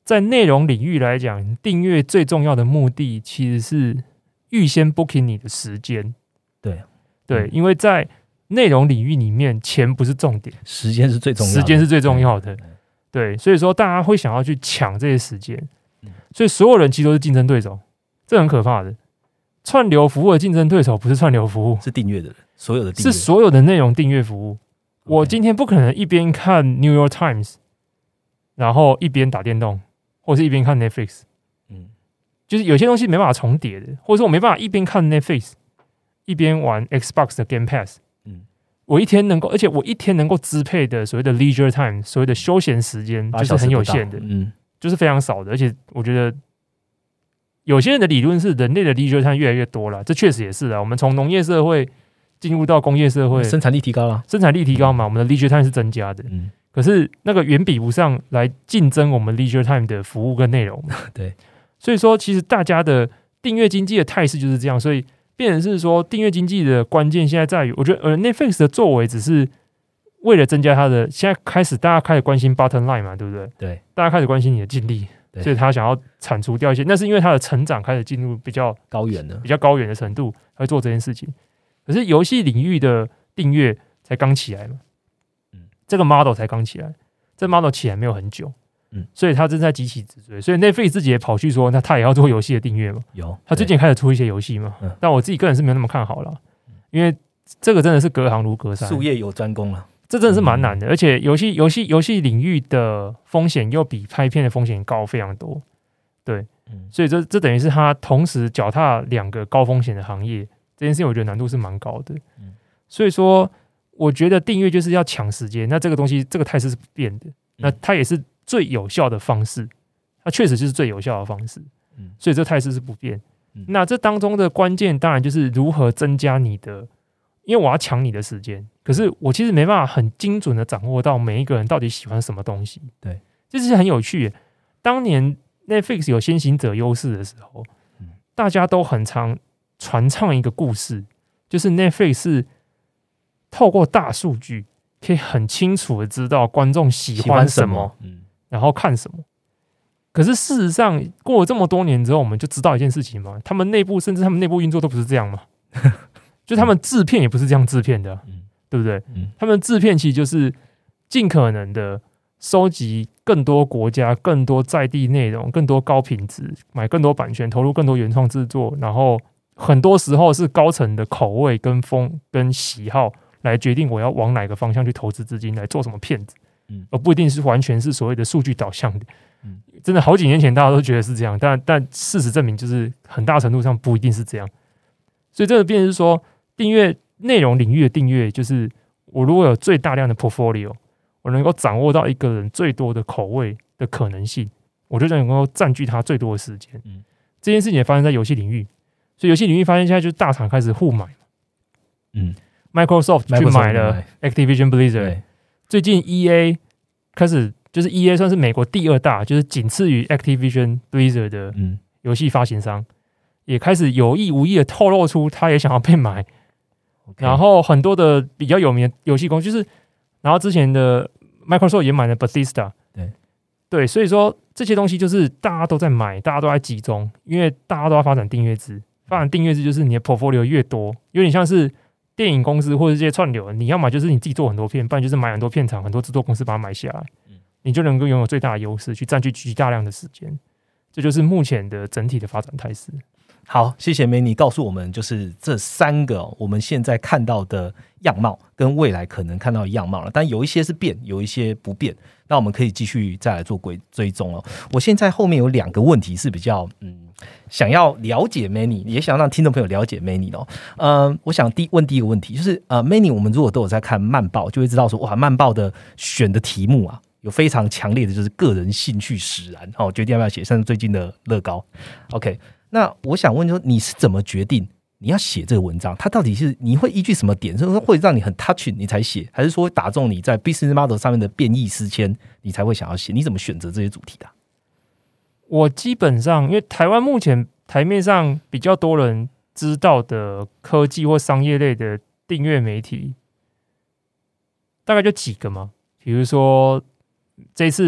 B: 在内容领域来讲，订阅最重要的目的其实是预先 booking 你的时间。对，因为在内容领域里面，钱不是重点，
A: 时间是最重要的，
B: 时间是最重要的。对，所以说大家会想要去抢这些时间，所以所有人其实都是竞争对手，这很可怕的。串流服务的竞争对手不是串流服务，
A: 是订阅的人，所有的订阅
B: 是所有的内容订阅服务。我今天不可能一边看 New York Times， 然后一边打电动，或是一边看 Netflix。就是有些东西没办法重叠的，或者说我没办法一边看 Netflix， 一边玩 Xbox 的 Game Pass。我一天能够，而且我一天能够支配的所谓的 leisure time， 所谓的休闲时间，就是很有限的，就是非常少的。而且我觉得有些人的理论是人类的 leisure time 越来越多了，这确实也是啊。我们从农业社会进入到工业社会，
A: 生产力提高了，
B: 生产力提高嘛，我们的 leisure time 是增加的。可是那个远比不上来竞争我们 leisure time 的服务跟内容。
A: 对，
B: 所以说其实大家的订阅经济的态势就是这样，所以变成是说订阅经济的关键现在在于，我觉得Netflix 的作为只是为了增加它的，现在开始大家开始关心 bottom line 嘛，对不对？
A: 对，
B: 大家开始关心你的净利，所以他想要铲除掉一些，那是因为他的成长开始进入比较高远的程度，才会做这件事情。可是游戏领域的订阅才刚起来嘛，这个 model 才刚起来，这 model 起来没有很久，所以他正在急起直追，所以 Netflix 自己也跑去说，那他也要做游戏的订阅嘛，他最近开始出一些游戏嘛，但我自己个人是没有那么看好啦，因为这个真的是隔行如隔山，
A: 术业有专攻了。
B: 这真的是蛮难的，而且游戏领域的风险又比拍片的风险高非常多，对，所以这等于是他同时脚踏两个高风险的行业，这件事情我觉得难度是蛮高的，所以说我觉得订阅就是要抢时间，那这个东西这个态势是不变的，那它也是最有效的方式，它确实就是最有效的方式，所以这态势是不变。那这当中的关键当然就是如何增加你的，因为我要抢你的时间，可是我其实没办法很精准的掌握到每一个人到底喜欢什么东西。
A: 对，
B: 这是很有趣的。当年 Netflix 有先行者优势的时候，大家都很常传唱一个故事，就是 Netflix 是透过大数据可以很清楚的知道观众喜欢什么，然后看什么。可是事实上，过了这么多年之后，我们就知道一件事情嘛，他们内部甚至他们内部运作都不是这样嘛。就他们制片也不是这样制片的，对不对？他们制片其实就是尽可能的收集更多国家、更多在地内容、更多高品质，买更多版权，投入更多原创制作，然后很多时候是高层的口味跟风跟喜好来决定我要往哪个方向去投资资金来做什么片子，而不一定是完全是所谓的数据导向的。真的好几年前大家都觉得是这样，但事实证明就是很大程度上不一定是这样。所以这个变成是说，订阅内容领域的订阅，就是我如果有最大量的 portfolio， 我能够掌握到一个人最多的口味的可能性，我就能够占据他最多的时间。这件事情也发生在游戏领域，所以游戏领域发现现在就是大厂开始互买。Microsoft 去买了 Activision Blizzard， 最近 EA 开始，就是 EA 算是美国第二大，就是仅次于 Activision Blizzard 的游戏发行商，也开始有意无意的透露出他也想要被买。然后很多的比较有名的游戏公司，就是然后之前的 Microsoft 也买了 Bethesda， 对，所以说这些东西就是大家都在买，大家都在集中，因为大家都要发展订阅制。发展订阅制就是你的 portfolio 越多，有点像是电影公司或者这些串流，你要么就是你自己做很多片，不然就是买很多片场、很多制作公司把它买下来，你就能够拥有最大的优势，去占据极大量的时间。这就是目前的整体的发展态势。
A: 好，谢谢Manny告诉我们，就是这三个我们现在看到的样貌跟未来可能看到的样貌了，但有一些是变，有一些不变。那我们可以继续再来做追踪哦。我现在后面有两个问题是比较想要了解 Manny， 也想让听众朋友了解 Manny 哦。我想问第一个问题就是Manny， 我们如果都有在看漫报，就会知道说哇，漫报的选的题目啊，有非常强烈的就是个人兴趣使然哦，决定要不要写，像是最近的乐高。OK。那我想问说，你是怎么决定你要写这个文章？它到底是你会依据什么点，是说会让你很 touch 你才写，还是说打中你在 business model 上面的变异思迁，你才会想要写？你怎么选择这些主题的？
B: 我基本上，因为台湾目前台面上比较多人知道的科技或商业类的订阅媒体，大概就几个嘛，比如说这次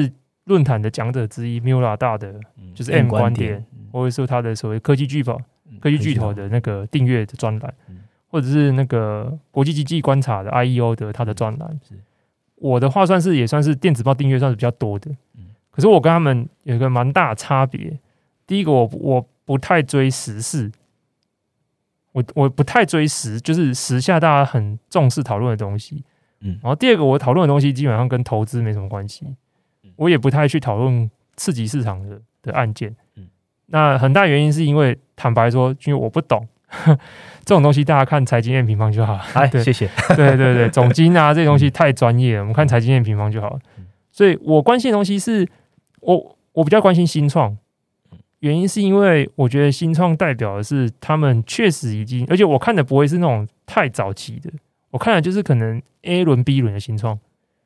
B: 论坛的讲者之一 Mula 大的就是 M 观点，或者说他的所谓科技巨头的那个订阅的专栏，或者是那个国际经济观察的 IEO 的他的专栏。我的话也算是电子报订阅算是比较多的，可是我跟他们有一个蛮大的差别。第一个，我不太追时事，我不太追就是时下大家很重视讨论的东西。然后第二个，我讨论的东西基本上跟投资没什么关系，我也不太去讨论刺激市场的案件。那很大原因是因为坦白说，因为我不懂这种东西，大家看财经M平方就好了。
A: 哎，谢谢。
B: 对，总经啊这些东西太专业了，我们看财经M平方就好了。所以我关心的东西是我比较关心新创，原因是因为我觉得新创代表的是他们确实已经，而且我看的不会是那种太早期的，我看的就是可能 A 轮 B 轮的新创。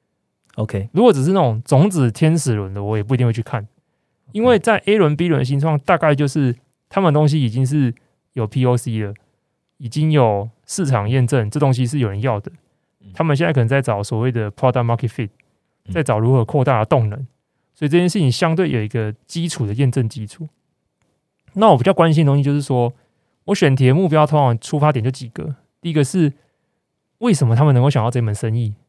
A: OK，
B: 如果只是那种种子天使轮的，我也不一定会去看，因为在 A 轮 B 轮的新创，大概就是他们的东西已经是有 POC 了，已经有市场验证，这东西是有人要的。他们现在可能在找所谓的 product market fit， 在找如何扩大的动能，所以这件事情相对有一个基础的验证基础。那我比较关心的东西就是说，我选题的目标通常出发点就几个，第一个是为什么他们能够想到这门生意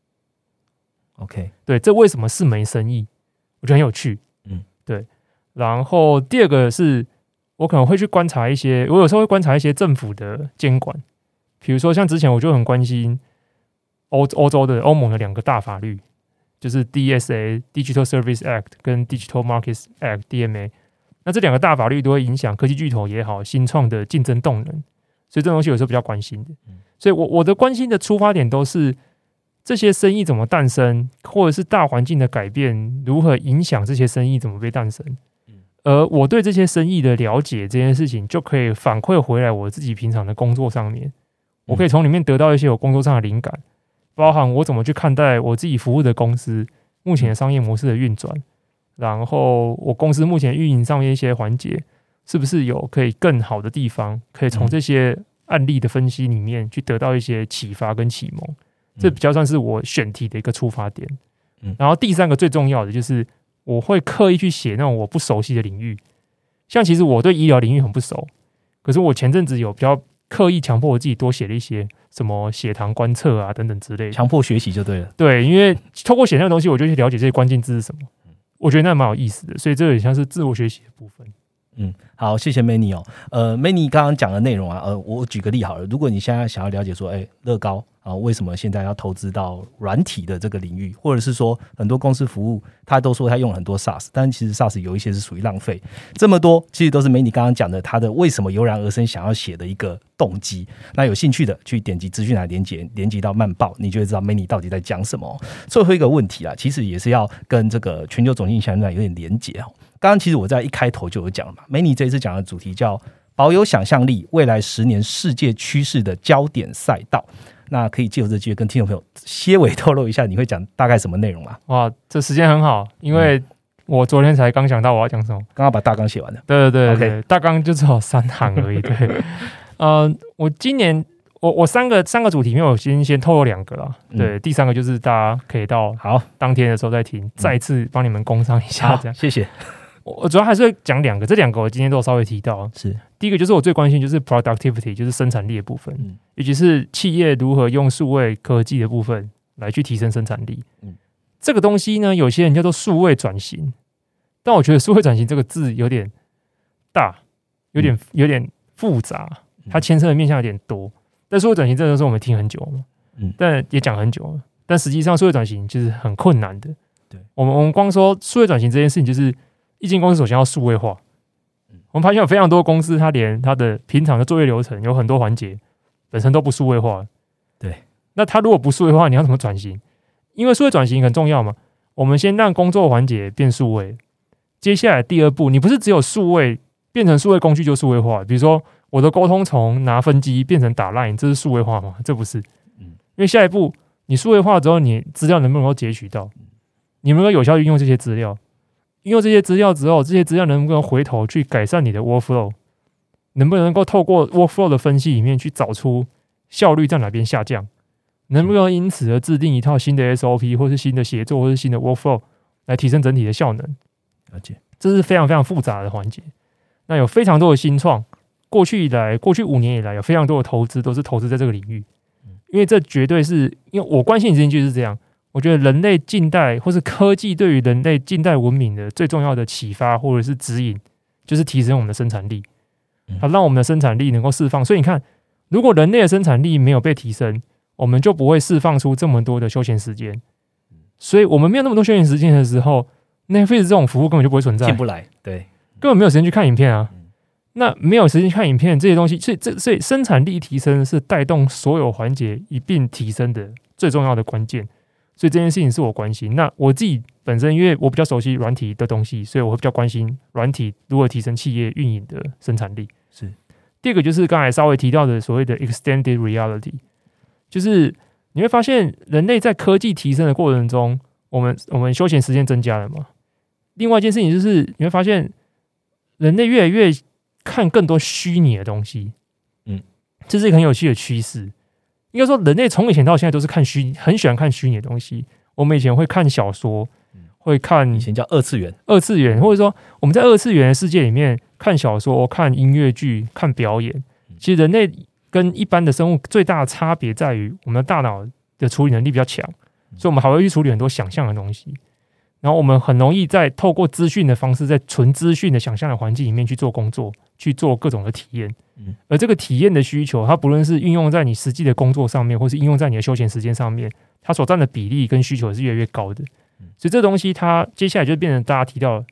A: ，OK，
B: 对，这为什么是门生意，我觉得很有趣，对。然后第二个是我可能会去观察一些，我有时候会观察一些政府的监管，比如说像之前我就很关心欧洲的欧盟的2个大法律，就是 DSA Digital Service Act 跟 Digital Markets Act DMA。那这2个大法律都会影响科技巨头也好，新创的竞争动能，所以这东西有时候比较关心的。所以我的关心的出发点都是这些生意怎么诞生，或者是大环境的改变如何影响这些生意怎么被诞生。而我对这些生意的了解这件事情，就可以反馈回来我自己平常的工作上面，我可以从里面得到一些我工作上的灵感，包含我怎么去看待我自己服务的公司目前的商业模式的运转，然后我公司目前运营上面一些环节是不是有可以更好的地方，可以从这些案例的分析里面去得到一些启发跟启蒙，这比较算是我选题的一个出发点。然后第3个最重要的就是我会刻意去写那种我不熟悉的领域，像其实我对医疗领域很不熟，可是我前阵子有比较刻意强迫我自己多写了一些什么血糖观测啊等等之类的，
A: 强迫学习就对了。
B: 对，因为透过写那个东西，我就去了解这些关键字是什么，我觉得那蛮有意思的，所以这也像是自我学习的部分。
A: 好，谢谢 Manny 哦。Manny 刚刚讲的内容啊，我举个例好了。如果你现在想要了解说，乐高啊，为什么现在要投资到软体的这个领域，或者是说很多公司服务，他都说他用了很多 SaaS， 但其实 SaaS 有一些是属于浪费。这么多其实都是 Manny 刚刚讲的，他的为什么油然而生想要写的一个动机。那有兴趣的去点击资讯栏连接到慢报，你就会知道 Manny 到底在讲什么。最后一个问题啦，其实也是要跟这个全球总经理相关有点连结哦。刚刚其实我在一开头就有讲了嘛 ，Manny 这一次讲的主题叫保有想象力，未来10年世界趋势的焦点赛道。那可以借由这机会跟听众朋友些微透露一下，你会讲大概什么内容吗？
B: 哇，这时间很好，因为我昨天才刚想到我要讲什么，
A: 刚刚把大纲写完了。
B: 对
A: OK
B: 大纲就只有3行而已。对，我今年我三个主题里面，我先透露2个啦。对，第3个就是大家可以到当天的时候再听，再次帮你们工商一下，这样
A: 谢谢。
B: 我主要还是会讲2个，这2个我今天都有稍微提到。
A: 是
B: 第一个就是我最关心就是 productivity， 就是生产力的部分，尤其是企业如何用数位科技的部分来去提升生产力。这个东西呢，有些人叫做数位转型，但我觉得数位转型这个字有点大，有点复杂，它牵涉的面向有点多。但数位转型这个是我们听很久嘛，但也讲很久了，但实际上数位转型就是很困难的。对，我们光说数位转型这件事情，就是一间公司首先要数位化。我们发现有非常多公司，它连它的平常的作业流程有很多环节本身都不数位化。对，那它如果不数位化，你要怎么转型？因为数位转型很重要嘛，我们先让工作环节变数位，接下来第2步，你不是只有数位变成数位工具就数位化，比如说我的沟通从拿分机变成打 LINE， 这是数位化吗？这不是。因为下一步你数位化之后，你资料能不能够截取到？你能不能够有效运用这些资料？运用这些资料之后，这些资料能不能回头去改善你的 workflow？ 能不能够透过 workflow 的分析里面去找出效率在哪边下降？能不能因此而制定一套新的 SOP， 或是新的协作，或是新的 workflow 来提升整体的效能？
A: 了解，
B: 这是非常非常复杂的环节。那有非常多的新创，过去5年以来有非常多的投资都是投资在这个领域，因为这绝对是因为我关心的事情就是这样。我觉得人类近代或是科技对于人类近代文明的最重要的启发或者是指引，就是提升我们的生产力，它让我们的生产力能够释放。所以你看，如果人类的生产力没有被提升，我们就不会释放出这么多的休闲时间。所以我们没有那么多休闲时间的时候 ，Netflix 这种服务根本就不会存在，
A: 进不来，对，
B: 根本没有时间去看影片啊。那没有时间看影片这些东西，所以生产力提升是带动所有环节一并提升的最重要的关键。所以这件事情是我关心。那我自己本身，因为我比较熟悉软体的东西，所以我会比较关心软体如何提升企业运营的生产力。
A: 是
B: 第二个就是刚才稍微提到的所谓的 extended reality， 就是你会发现人类在科技提升的过程中，我们休闲时间增加了嘛。另外一件事情就是你会发现人类越来越看更多虚拟的东西，这是一个很有趣的趋势。应该说，人类从以前到现在都是很喜欢看虚拟的东西。我们以前会看小说，会看
A: 以前叫二次元，
B: 或者说我们在二次元的世界里面看小说、看音乐剧、看表演。其实人类跟一般的生物最大的差别在于，我们的大脑的处理能力比较强，所以我们还会去处理很多想象的东西。然后我们很容易在透过资讯的方式，在纯资讯的想象的环境里面去做工作，去做各种的体验。而这个体验的需求，它不论是运用在你实际的工作上面，或是应用在你的休闲时间上面，它所占的比例跟需求是越来越高的。所以这东西它接下来就变成大家提到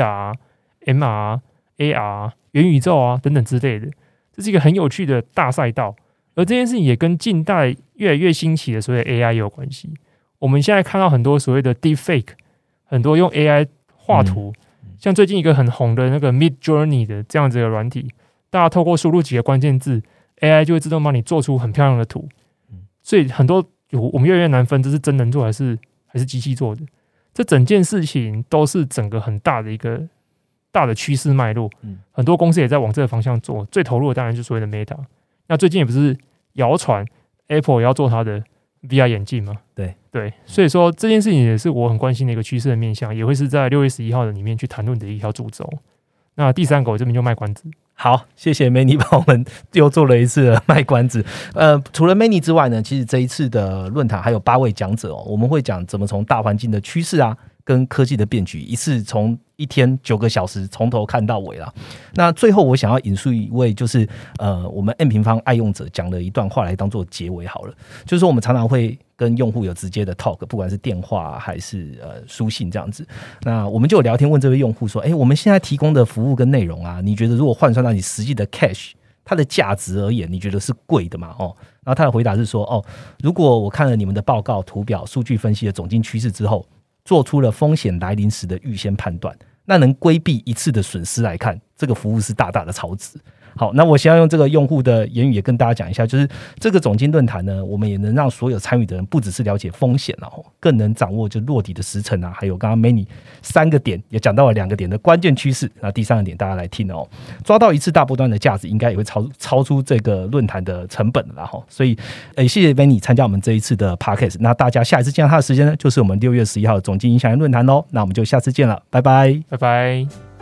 B: VR、MR、AR、元宇宙啊等等之类的，这是一个很有趣的大赛道。而这件事情也跟近代越来越兴起的所谓 AI 也有关系。我们现在看到很多所谓的 Deepfake， 很多用 AI 画图，像最近一个很红的那个 Midjourney 的这样子的软体，大家透过输入几个关键字 ，AI 就会自动帮你做出很漂亮的图。所以很多我们越来越难分这是真人做还是机器做的。这整件事情都是整个很大的一个大的趋势脉络。很多公司也在往这个方向做，最投入的当然就是所谓的 Meta。那最近也不是谣传 Apple 也要做它的 VR 眼镜吗？对，所以说这件事情也是我很关心的一个趋势的面向，也会是在6月11号的里面去谈论的一条主轴。那第三个我这边就卖关子。
A: 好，谢谢 Manny 帮我们又做了一次的卖关子。除了 Manny 之外呢，其实这一次的论坛还有8位讲者我们会讲怎么从大环境的趋势啊，跟科技的变局，一次从一天9个小时从头看到尾啦。那最后我想要引述一位，就是我们 M 平方爱用者讲了一段话来当做结尾好了。就是说我们常常会跟用户有直接的 talk， 不管是电话还是书信这样子。那我们就有聊天问这位用户说，我们现在提供的服务跟内容啊，你觉得如果换算到你实际的 cash， 它的价值而言，你觉得是贵的吗？然后他的回答是说，如果我看了你们的报告、图表、数据分析的总经趋势之后，做出了风险来临时的预先判断，那能规避一次的损失来看，这个服务是大大的超值。好，那我先要用这个用户的言语也跟大家讲一下，就是这个总经论坛呢，我们也能让所有参与的人不只是了解风险更能掌握就落底的时程啊，还有刚刚 Manny 3个点也讲到了2个点的关键趋势。那第3个点大家来听抓到一次大波段的价值，应该也会超出这个论坛的成本了所以谢谢 Manny 参加我们这一次的 Podcast。那大家下一次见到他的时间呢，就是我们6月11号的总经影响力论坛咯。那我们就下次见了，拜拜，
B: 拜拜。